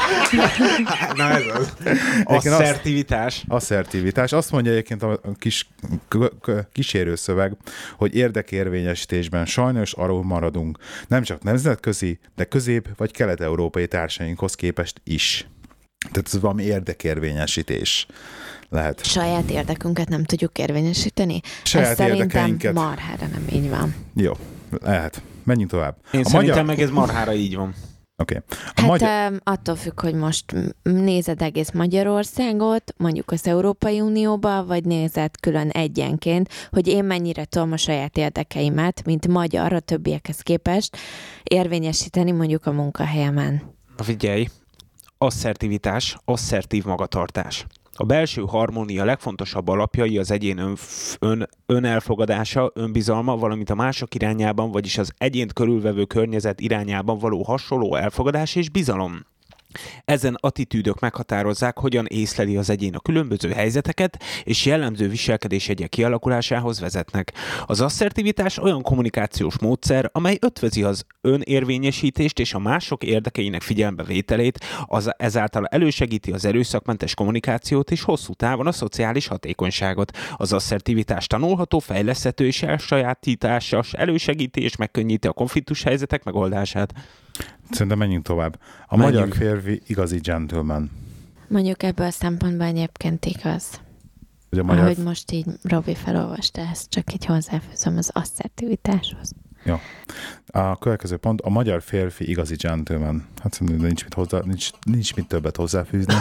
Na ez az. Asszertivitás. Asszertivitás. Azt mondja egyébként a kis kísérőszöveg, hogy érdekérvényesítésben sajnos arról maradunk. Nem csak nemzetközi, de közép- vagy kelet-európai társainkhoz képest is. Tehát ez valami érdekérvényesítés lehet. Saját érdekünket nem tudjuk érvényesíteni? Saját érdekeinket. Marhára nem így van. Jó, lehet. Menjünk tovább. Én szerintem meg ez marhára így van. Oké. Attól függ, hogy most nézed egész Magyarországot, mondjuk az Európai Unióba, vagy nézed külön egyenként, hogy én mennyire tudom a saját érdekeimet, mint magyar a többiekhez képest érvényesíteni mondjuk a munkahelyemen. Figyelj, asszertivitás, asszertív magatartás. A belső harmónia legfontosabb alapjai az egyén önelfogadása, önbizalma, valamint a mások irányában, vagyis az egyént körülvevő környezet irányában való hasonló elfogadás és bizalom. Ezen attitűdök meghatározzák, hogyan észleli az egyén a különböző helyzeteket, és jellemző viselkedésjegyek kialakulásához vezetnek. Az asszertivitás olyan kommunikációs módszer, amely ötvözi az önérvényesítést és a mások érdekeinek figyelembevételét, ezáltal elősegíti az erőszakmentes kommunikációt és hosszú távon a szociális hatékonyságot. Az asszertivitás tanulható, fejleszthető és elsajátításos, elősegíti és megkönnyíti a konfliktus helyzetek megoldását. Szerintem menjünk tovább. Magyar férfi igazi gentleman. Mondjuk ebből a szempontból egyébként igaz. Ahogy most így Robi felolvasta, ezt csak így hozzáfűzöm az asszertivitáshoz. Jó. A következő pont, a magyar férfi igazi gentleman. Hát szerintem nincs mit többet hozzáfűzni.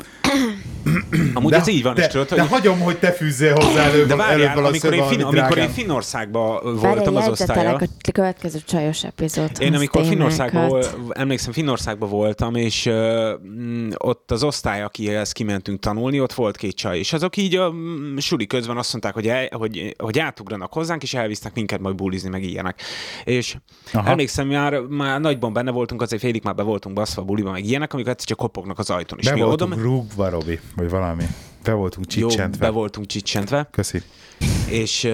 Amúgy ez így van is, tudod, hogy... De hagyom, hogy te fűzzél hozzá előbb. De várjál, amikor én Finnországban voltam az osztállyal. A következő csajos epizódhoz. Én amikor Finnországban voltam, és ott az osztály, akihez kimentünk tanulni, ott volt 2 csaj, és azok így a suli közben azt mondták, hogy átugranak hozzánk, és elvisznek minket majd bulizni, meg ilyenek. És emlékszem, már nagyban benne voltunk, azért félig már be voltunk baszva a buliba, meg ilyenek, amikor egyszer csak kopognak az ajtón. És be voltunk rúgva, Robi, vagy valami. Be voltunk csicsentve. Jó, be voltunk csicsentve. Köszi. És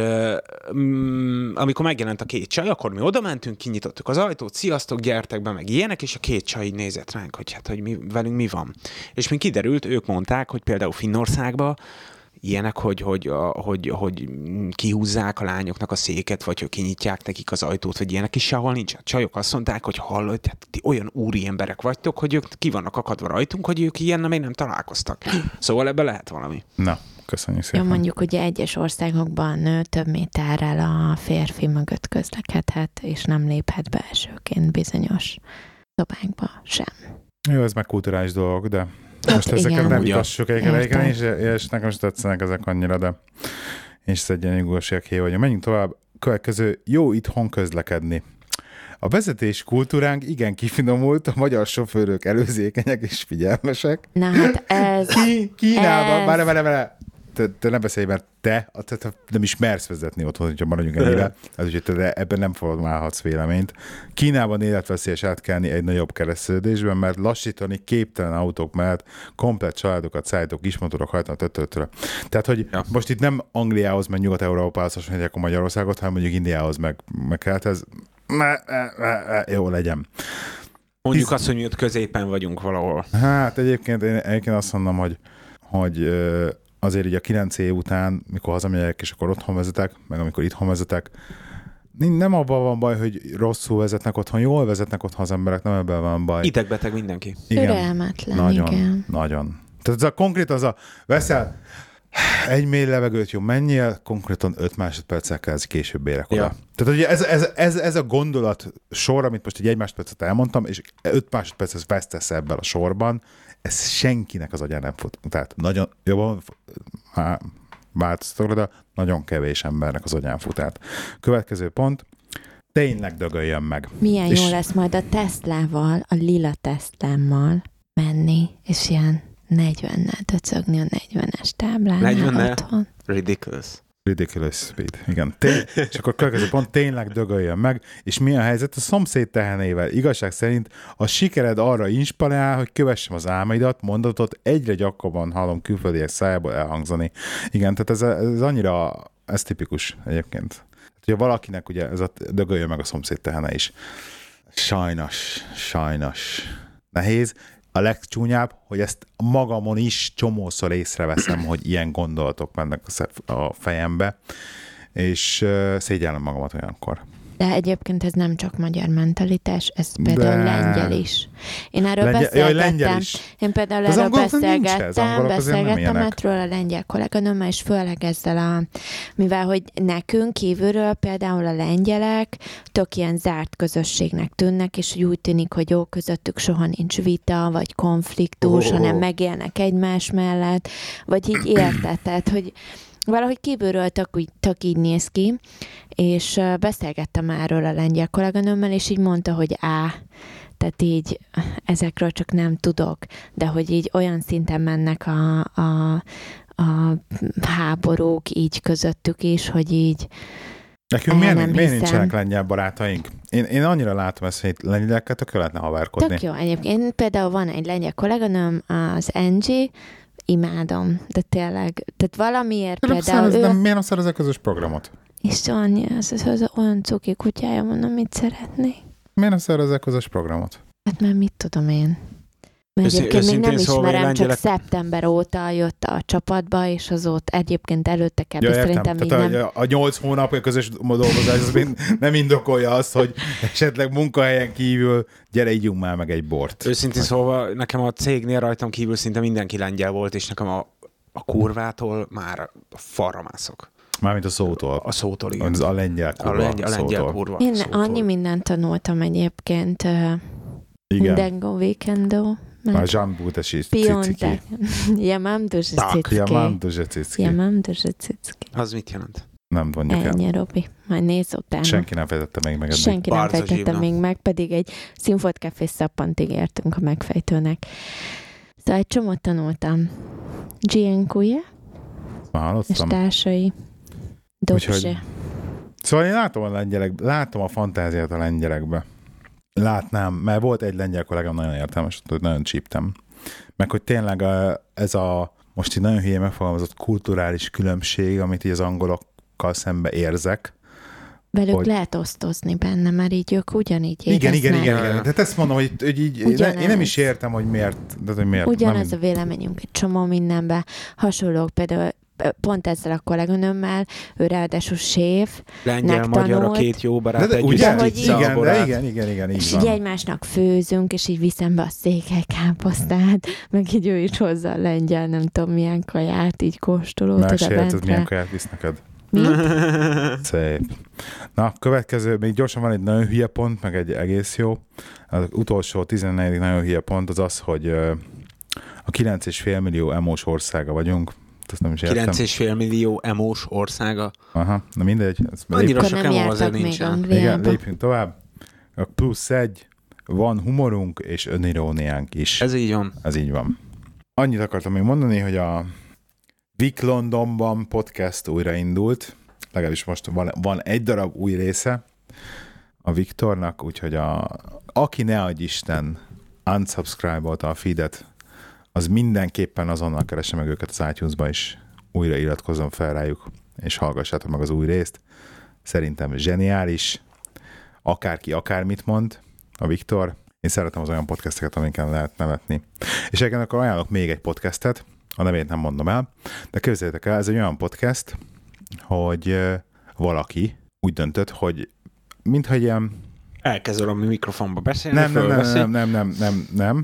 amikor megjelent a 2 csaj, akkor mi oda mentünk, kinyitottuk az ajtót, sziasztok, gyertek be, meg ilyenek, és a 2 csaj így nézett ránk, hogy velünk mi van. És mi kiderült, ők mondták, hogy például Finnországban ilyenek, hogy kihúzzák a lányoknak a széket, vagy hogy kinyitják nekik az ajtót, vagy ilyenek is sehol nincs. A csajok azt mondták, hogy hallod, ti olyan úri emberek vagytok, hogy ők ki vannak akadva rajtunk, hogy ők ilyennel még nem találkoztak. Szóval ebbe lehet valami. Na, köszönjük szépen. Ja, mondjuk ugye egyes országokban a nő több méterrel a férfi mögött közlekedhet, és nem léphet belsőként bizonyos szobákba sem. Jó, ez meg kulturális dolog, de most ezeket nem vitassuk egyébként, és nekem is tetszenek ezek annyira, de én is egy ilyen igazsághéj vagyok. Menjünk tovább. Következő, jó itthon közlekedni. A vezetés kultúránk igen kifinomult, a magyar sofőrök előzékenyek és figyelmesek. Na hát ez... Kínában, várj. Te ne beszélj, mert te nem is mersz vezetni otthon, hogyha maradjunk ennyivel, úgyhogy te ebben nem formálhatsz véleményt. Kínában életveszélyes átkelni egy nagyobb kereszteződésben, mert lassítani képtelen autók mellett komplett családokat szállítók, kismotorok hajtanak Tehát, hogy most itt nem Angliához, meg Nyugat-Európához hasonlítják a Magyarországot, hanem mondjuk Indiához, meg ez jó legyen. Mondjuk azt, hogy mi ott középen vagyunk valahol. Hát egyébként azt mondom, hogy azért így a 9 év után, mikor hazamegyek, és akkor otthon vezetek, meg amikor itthon vezetek, nem abban van baj, hogy rosszul vezetnek otthon, jól vezetnek otthon az emberek, nem ebben van baj. Idegbeteg mindenki. Türelmetlen, Nagyon. Tehát ez konkrét veszel egy mély levegőt, jó, menjél, konkrétan 5 másodperccel kell, később érek oda. Tehát ugye ez a gondolat sor, amit most egy másodpercet elmondtam, és 5 másodpercet vesztesz ebben a sorban, ez senkinek az agyán nem fut. Tehát nagyon jobban változtatok, de nagyon kevés embernek az agyán fut át. Következő pont, tényleg dögöljön meg. Milyen jó lesz majd a Teslával, a lila Teslámmal menni, és ilyen 40-nel döcögni a 40-es táblánál otthon. Ridiculous speed, igen. És akkor következő pont, tényleg dögöljön meg, és mi a helyzet a szomszéd tehenével? Igazság szerint a sikered arra inspirál, hogy kövessem az álmaidat, mondatot egyre gyakrabban hallom külföldiek szájából elhangzani. Igen, tehát ez annyira, ez tipikus egyébként. Ugye valakinek ugye ez a dögöljön meg a szomszéd tehene is. Sajnos. Nehéz. A legcsúnyább, hogy ezt magamon is csomószor észreveszem, hogy ilyen gondolatok mennek a fejembe, és szégyellem magamat olyankor. De egyébként ez nem csak magyar mentalitás, ez például lengyel is. Én erről beszélgettem. Én például erről beszélgettem ettől a lengyel kolléganőmmel, és főleg ezzel mivel hogy nekünk kívülről például a lengyelek tök ilyen zárt közösségnek tűnnek, és úgy tűnik, hogy jó, közöttük soha nincs vita, vagy konfliktus, hanem megélnek egymás mellett, vagy így értetted, hogy valahogy kívülről tök így néz ki, és beszélgettem erről a lengyel kolléganőmmel, és így mondta, hogy tehát így ezekről csak nem tudok, de hogy így olyan szinten mennek a háborúk így közöttük is, hogy így nekünk miért nincsenek lengyel barátaink? Én annyira látom ezt, hogy lengyelekkel tök lehetne haverkodni. Tök jó, egyébként például van egy lengyel kolléganőm, az Angie, imádom, de tényleg, tehát valamiért például ő... Miért nem szerezek közös programot? És Anya, az olyan cuki kutyája, mondom, mit szeretné. Miért nem szerezek közös programot? Hát mert mit tudom én. Mert egyébként még nem ismerem, csak szeptember óta jött a csapatba, és azóta egyébként előtte kell, szerintem még nem... A 8 hónap közös dolgozás az nem indokolja azt, hogy esetleg munkahelyen kívül gyere, ígyunk már meg egy bort. Őszintén szóval nekem a cégnél rajtam kívül szinte mindenki lengyel volt, és nekem a kurvától már a falra mászok. Mármint a szótól. A szótól, igen. A lengyel kurva. A lengyel kurva. Én annyi mindent tanultam egyébként. Mindengo weekendo. A Jean Budesi ciciki. Ja mam duże cicki. Az mit jelent? Nem mondjuk el. Ennyi, Robi. Majd nézz utána. Senki nem fejtette még meg. Senki nem fejtette még meg, pedig egy színfolt kafé szappantig értünk a megfejtőnek. Szóval egy csomót tanultam. Dziękuję. És társai. Dobrze. Szóval én látom a fantáziát a lengyelekbe. Látnám, mert volt egy lengyel kollégám, nagyon értelmes, hogy nagyon csíptem. Meg hogy tényleg ez a most így nagyon hülye megfogalmazott kulturális különbség, amit így az angolokkal szembe érzek. Velük hogy... lehet osztozni benne, mert így ők ugyanígy érznek. Igen. Tehát ezt mondom, hogy így én nem is értem, hogy miért. De hogy miért ugyanez a véleményünk egy csomó mindenben. Hasonlók például pont ezzel a kolléganőmmel, ő ráadásul séf, lengyel-magyar a két jó barát együtt. Igen, és így egymásnak főzünk, és így viszem be a székelykáposztát, meg így ő is hozzá a lengyel, nem tudom milyen kaját, így kóstolót oda bentre. Milyen kaját visz neked? Mi? Szép. Na, következő, még gyorsan van egy nagyon hülye pont, meg egy egész jó. Az utolsó 14. nagyon hülye pont az az, hogy a 9,5 millió emós országa vagyunk. 9,5 millió emós országa. Aha, na mindegy. Annyira sok emo azért nincsen. Igen, lépjünk tovább. Plusz egy, van humorunk és öniróniánk is. Ez így van. Ez így van. Annyit akartam még mondani, hogy a Vic Londonban podcast újraindult. Legalábbis most van egy darab új része a Viktornak, úgyhogy aki ne adj Isten unsubscribe-olta a feedet, az mindenképpen azonnal keresse meg őket az iTunes-ba, és újra iratkozzon fel rájuk, és hallgassátok meg az új részt. Szerintem zseniális. Akárki akármit mond, a Viktor. Én szeretem az olyan podcasteket, amiken lehet nevetni. És egyébként akkor ajánlok még egy podcastet, a nevét nem mondom el, de képzeljétek el, ez egy olyan podcast, hogy valaki úgy döntött, hogy mintha ilyen... Elkezd a mikrofonba beszélni, nem.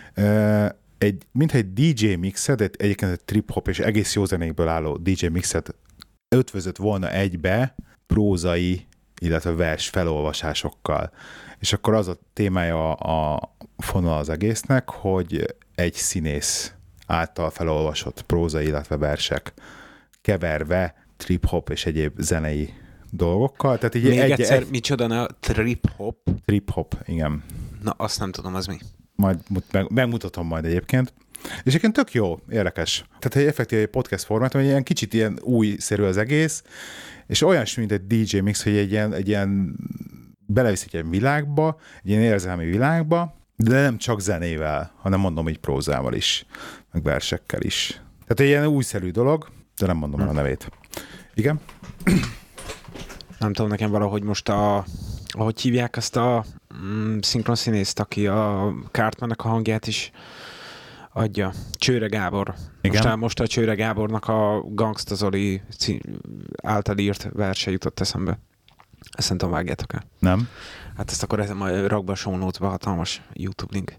Mintha egy DJ mixet, egyébként egy trip-hop és egész jó zenékből álló DJ mixet ötvözött volna egybe prózai, illetve vers felolvasásokkal. És akkor az a témája a fonal az egésznek, hogy egy színész által felolvasott próza, illetve versek keverve trip-hop és egyéb zenei dolgokkal. Tehát így még egyszer, micsoda a trip-hop? Trip-hop, igen. Na, azt nem tudom, az mi. Majd megmutatom majd egyébként. És egyébként tök jó, érdekes. Tehát egy effektív egy podcast formát, hogy ilyen kicsit ilyen újszerű az egész, és olyan, mint egy DJ mix, hogy egy ilyen belevisz egy ilyen világba, egy ilyen érzelmi világba, de nem csak zenével, hanem mondom így prózával is, meg versekkel is. Tehát egy ilyen újszerű dolog, de nem mondom el a nevét. Igen? Nem tudom, nekem valahogy most ahogy hívják azt a szinkronszínészt, aki a Cartmannek a hangját is adja. Csőre Gábor. Most a Csőre Gábornak a Gangsta Zoli által írt verse jutott eszembe. Ezt nem tudom, vágjátok el? Nem. Hát ezt akkor majd rak be a show notes-ba, hatalmas YouTube link.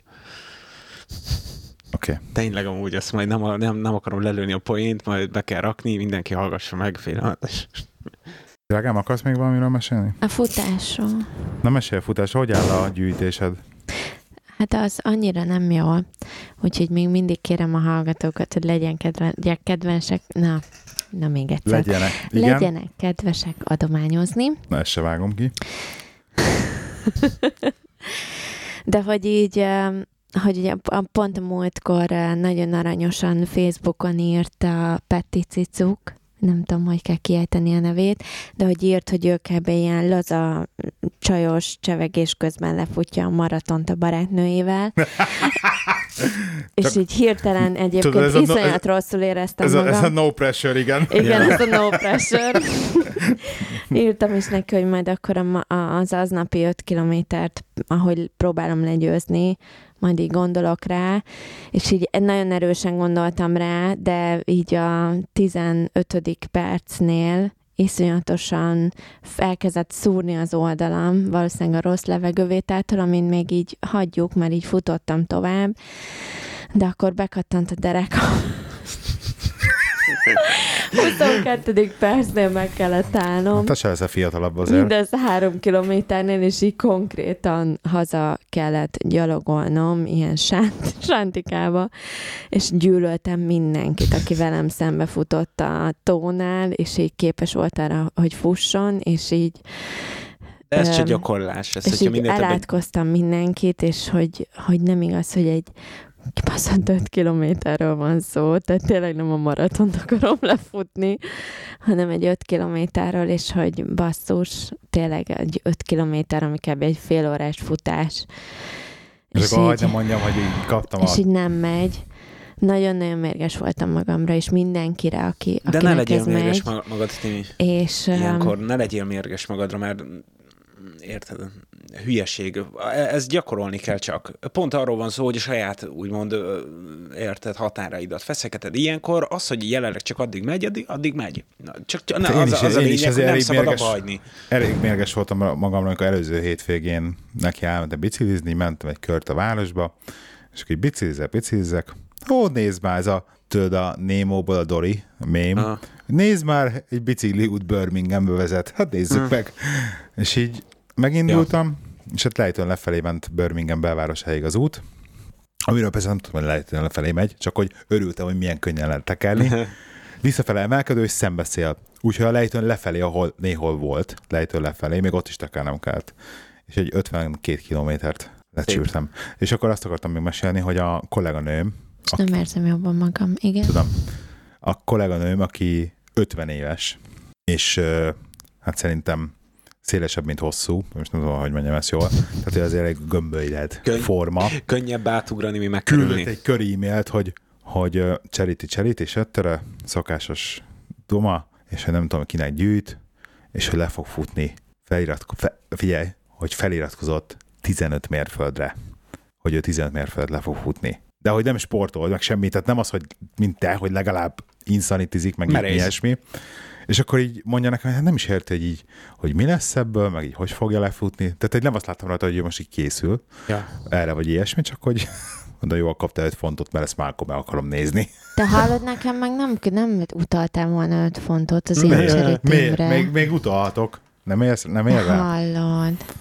Oké. Tényleg amúgy ezt majd nem akarom lelőni a poént, majd be kell rakni, mindenki hallgassa meg, félelmetes. Drágám, akarsz még valamiről mesélni? A futásról. Na mesélj a futásról, hogy áll a gyűjtésed? Hát az annyira nem jó, úgyhogy még mindig kérem a hallgatókat, hogy legyen kedvesek, na még egyszer. Legyenek kedvesek adományozni. Na, ezt se vágom ki. De hogy így, hogy ugye pont a múltkor nagyon aranyosan Facebookon írt a Petti Cicuk, nem tudom, hogy kell kiejteni a nevét, de hogy írt, hogy ő kb. Ilyen laza, csajos csevegés közben lefutja a maratont a barátnőjével. És így hirtelen egyébként iszonyat rosszul éreztem magam. Ez a no pressure, igen. Igen, ez a no pressure. Írtam is neki, hogy majd akkor az aznapi 5 kilométert, ahogy próbálom legyőzni, majd így gondolok rá, és így nagyon erősen gondoltam rá, de így a 15. percnél iszonyatosan elkezdett szúrni az oldalam, valószínűleg a rossz levegővételtől, amin még így hagyjuk, mert így futottam tovább, de akkor bekattant a derekam. 22. percnél meg kellett állnom. Te se leszel fiatalabb azért. Mindez 3 kilométernél, és így konkrétan haza kellett gyalogolnom, ilyen sántikába, és gyűlöltem mindenkit, aki velem szembe futott a tónál, és így képes volt arra, hogy fusson, és így ez csak gyakorlás. És így elátkoztam mindenkit, és hogy nem igaz, hogy egy kibaszott 5 kilométerről van szó, tehát tényleg nem a maratont akarom lefutni, hanem egy 5 kilométerről, és hogy basszus, tényleg egy 5 kilométer, ami kb. Egy fél órás futás. És akkor hagyd mondjam, hogy így kaptam és így nem megy. Nagyon-nagyon mérges voltam magamra, és mindenkire, akinek ne legyél ez mérges megy. magad, Timi. És ilyenkor ne legyél mérges magadra, mert érted, hülyeség. Ez gyakorolni kell csak. Pont arról van szó, hogy a saját, úgymond, érted, határaidat feszegeted. Ilyenkor az, hogy jelenleg csak addig megy, addig megy. Az a lényeg, hogy nem szabad abba hagyni. Elég mérges voltam magamra, amikor előző hétvégén neki elmentem biciklizni, mentem egy kört a városba, és akkor így biciklizek. Ó, nézd már, ez a Nemo-ból a Dory, a mém. Nézd már, egy bicikli út Birminghambe vezet. Hát nézzük meg. És így megindultam, és hát lejtőn lefelé ment Birmingham belváros helyig az út, amiről persze nem tudom, hogy lejtőn lefelé megy, csak hogy örültem, hogy milyen könnyen lehet tekerni. Visszafele emelkedő, és szembeszél. Úgyhogy a lejtőn lefelé, ahol néhol volt, lejtőn lefelé, még ott is tekernem kellett. És egy 52 kilométert lecsűrtem. És akkor azt akartam még mesélni, hogy a kolléganőm... Nem érzem jobban magam, igen. Tudom. A kolléganőm, aki 50 éves, és hát szerintem szélesebb, mint hosszú, most nem tudom, hogy mondjam ezt jól, tehát azért egy gömbölyded forma. Könnyebb átugrani, mi megkerülni. Küldött egy köri e-mailt, hogy cseriti, és öttöre, szokásos duma, és hogy nem tudom, kinek gyűjt, és hogy le fog futni. Figyelj, hogy feliratkozott 15 mérföldre, hogy ő 15 mérföld le fog futni. De hogy nem sportol, meg semmi, tehát nem az, hogy mint te, hogy legalább insanitizik, meg ilyesmi. És akkor így mondja nekem, hogy nem is érti, hogy mi lesz ebből, meg így hogy fogja lefutni. Tehát nem azt láttam rajta, hogy ő most így készül erre, vagy ilyesmi, csak hogy mondom, jól kapta 5 fontot, mert ezt már akkor meg akarom nézni. Te hallod, nekem meg nem utaltál volna 5 fontot az ilyen cserétimre. Még utalhatok. Nem érvel? Hallod.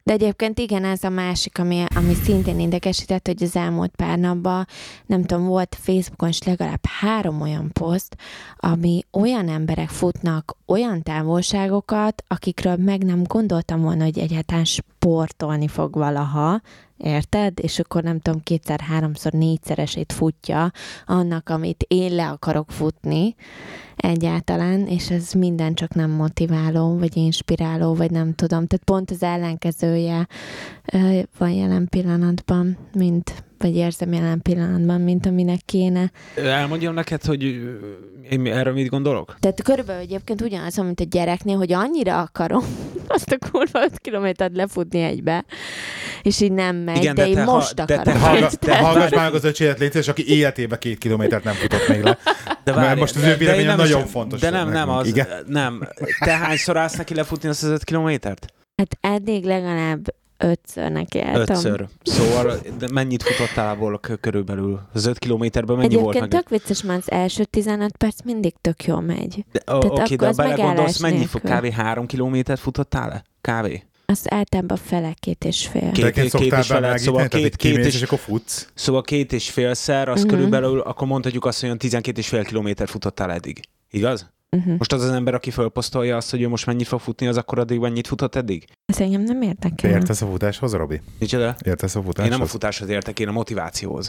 De egyébként igen, ez a másik, ami szintén érdekesített, hogy az elmúlt pár napban, nem tudom, volt Facebookon is legalább 3 olyan poszt, ami olyan emberek futnak olyan távolságokat, akikről meg nem gondoltam volna, hogy egyáltalán sportolni fog valaha, érted? És akkor nem tudom, 2-szer, 3-szor, 4-szeresét futja annak, amit én le akarok futni egyáltalán, és ez minden csak nem motiváló, vagy inspiráló, vagy nem tudom. Tehát pont az ellenkezője van jelen pillanatban, vagy érzem jelen pillanatban, mint aminek kéne. Elmondjam neked, hogy én erről mit gondolok? Tehát körülbelül egyébként ugyanaz, mint a gyereknél, hogy annyira akarom azt a kurva 5 kilométert lefutni egybe, és így nem megy, igen, de én most akarom. De hallgass már az öcsédet létezés, aki életében 2 kilométert nem futott még le. Mert most az ő véleményem nagyon fontos. De nem. Te hányszor állsz neki lefutni azt az 5 kilométert? Hát eddig legalább 5-ször nekiálltam. 5-ször. Szóval de mennyit futottál abból körülbelül? Az 5 kilométerben mennyi egyébként volt meg? Egyébként tök vicces, mert az első 15 perc mindig tök jól megy. Oké, de belegondolsz, mennyi kb. 3 kilométert futottál le? Kb. Azt általában fele 2,5. Szóval 2,5, és akkor futsz. Szóval 2,5-szer, az körülbelül, akkor mondhatjuk azt, hogy olyan 12,5 kilométer futottál eddig. Igaz? Most az ember, aki fölposztolja azt, hogy ő most mennyit fog futni, az akkor addig mennyit futott eddig? Ez engem nem érdekel. Értesz a futáshoz, Robi? Micsoda? Értesz a futáshoz? Én nem a futáshoz értek, én a motivációhoz.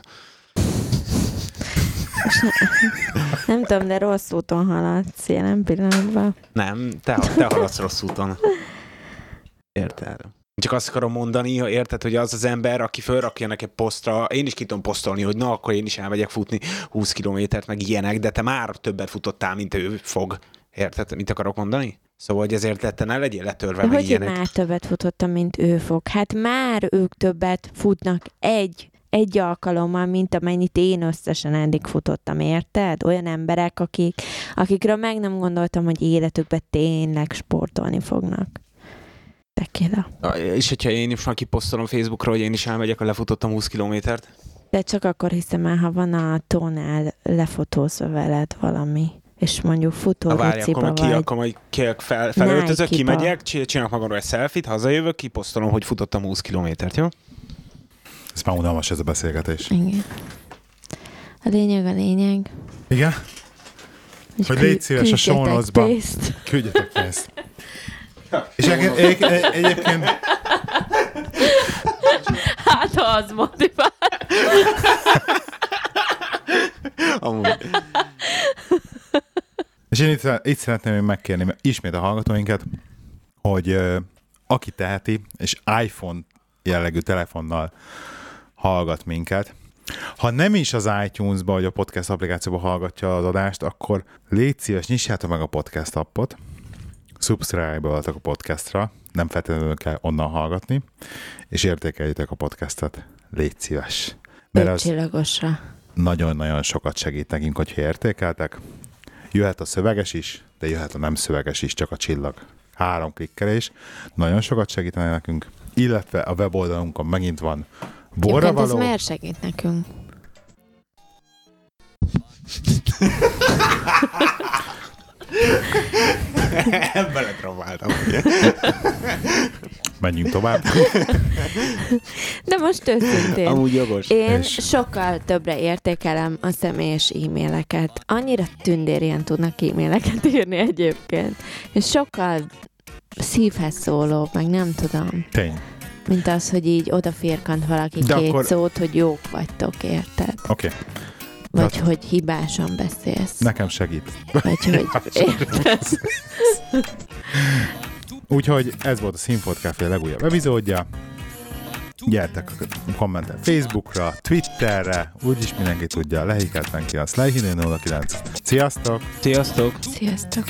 Nem tudom, de rossz úton haladsz jelen pillanatban. Nem, te haladsz rossz úton. Érted? Csak azt akarom mondani, ha érted, hogy az ember, aki fölrakja neked posztra, én is ki tudom posztolni, hogy na, akkor én is elmegyek futni 20 kilométert, meg ilyenek, de te már többet futottál, mint ő fog. Érted? Mit akarok mondani? Szóval, hogy ezért te ne legyél letörve, de meg hogy ilyenek. Hogy már többet futottam, mint ő fog? Hát már ők többet futnak egy alkalommal, mint amennyit én összesen eddig futottam, érted? Olyan emberek, akikről meg nem gondoltam, hogy életükben tényleg sportolni fognak. Tequila. És hogyha én is már kiposztolom Facebookra, hogy én is elmegyek, ha lefutottam 20 kilométert? De csak akkor hiszem el, ha van a tónál lefotózva veled valami, és mondjuk futóriciba vagy. Akkor majd felöltözök, kimegyek, csinálok magamról egy selfie-t, hazajövök, kiposztolom, hogy futottam 20 kilométert, jó? Ez már unalmas ez a beszélgetés. Igen. A lényeg. Igen? Hogy légy szíves a show notes-ba. Küldjetek pénzt. És egyébként... Hát, ha az motivál. Amúgy. És én itt szeretném megkérni ismét a hallgatóinkat, hogy aki teheti, és iPhone jellegű telefonnal hallgat minket, ha nem is az iTunes-ba, vagy a podcast applikációba hallgatja az adást, akkor légy szíves, nyissátok meg a podcast appot, subscribe-oljatok a podcastra, nem feltétlenül kell onnan hallgatni, és értékeljétek a podcastet. Légy szíves. Mert az nagyon-nagyon sokat segít nekünk, hogyha értékeltek. Jöhet a szöveges is, de jöhet a nem szöveges is, csak a csillag. 3 klikkelés. Nagyon sokat segítene nekünk. Illetve a weboldalunkon megint van borravaló. Ez miért segít nekünk? Belepróbáltam. Menjünk tovább. De most őszintén. Amúgy jogos. Én sokkal többre értékelem a személyes e-maileket. Annyira tündérien tudnak e-maileket írni egyébként. És sokkal szívhez szóló, meg nem tudom. Tény. Mint az, hogy így odafirkant valaki de 2 szót, hogy jók vagytok, érted? Oké. Vagy hogy hibásan beszélsz. Nekem segít. Vagy hogy érted. Úgyhogy ez volt a Színfolt Café legújabb epizódja. Gyertek kommentel Facebookra, Twitterre, úgyis mindenki tudja, Lehiket neki a Slyhinő 09. Sziasztok! Sziasztok! Sziasztok!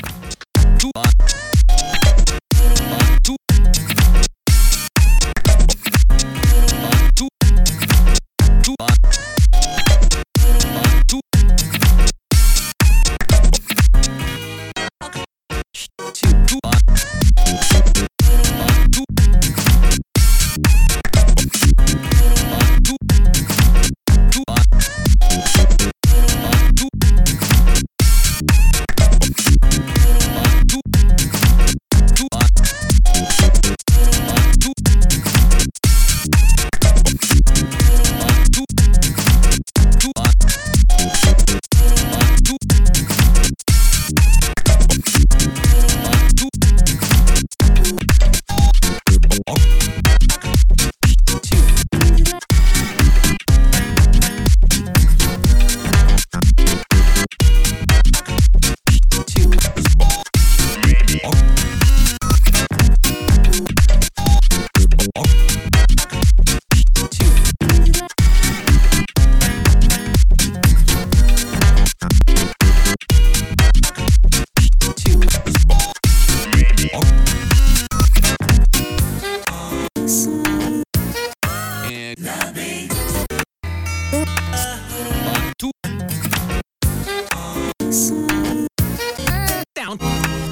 down.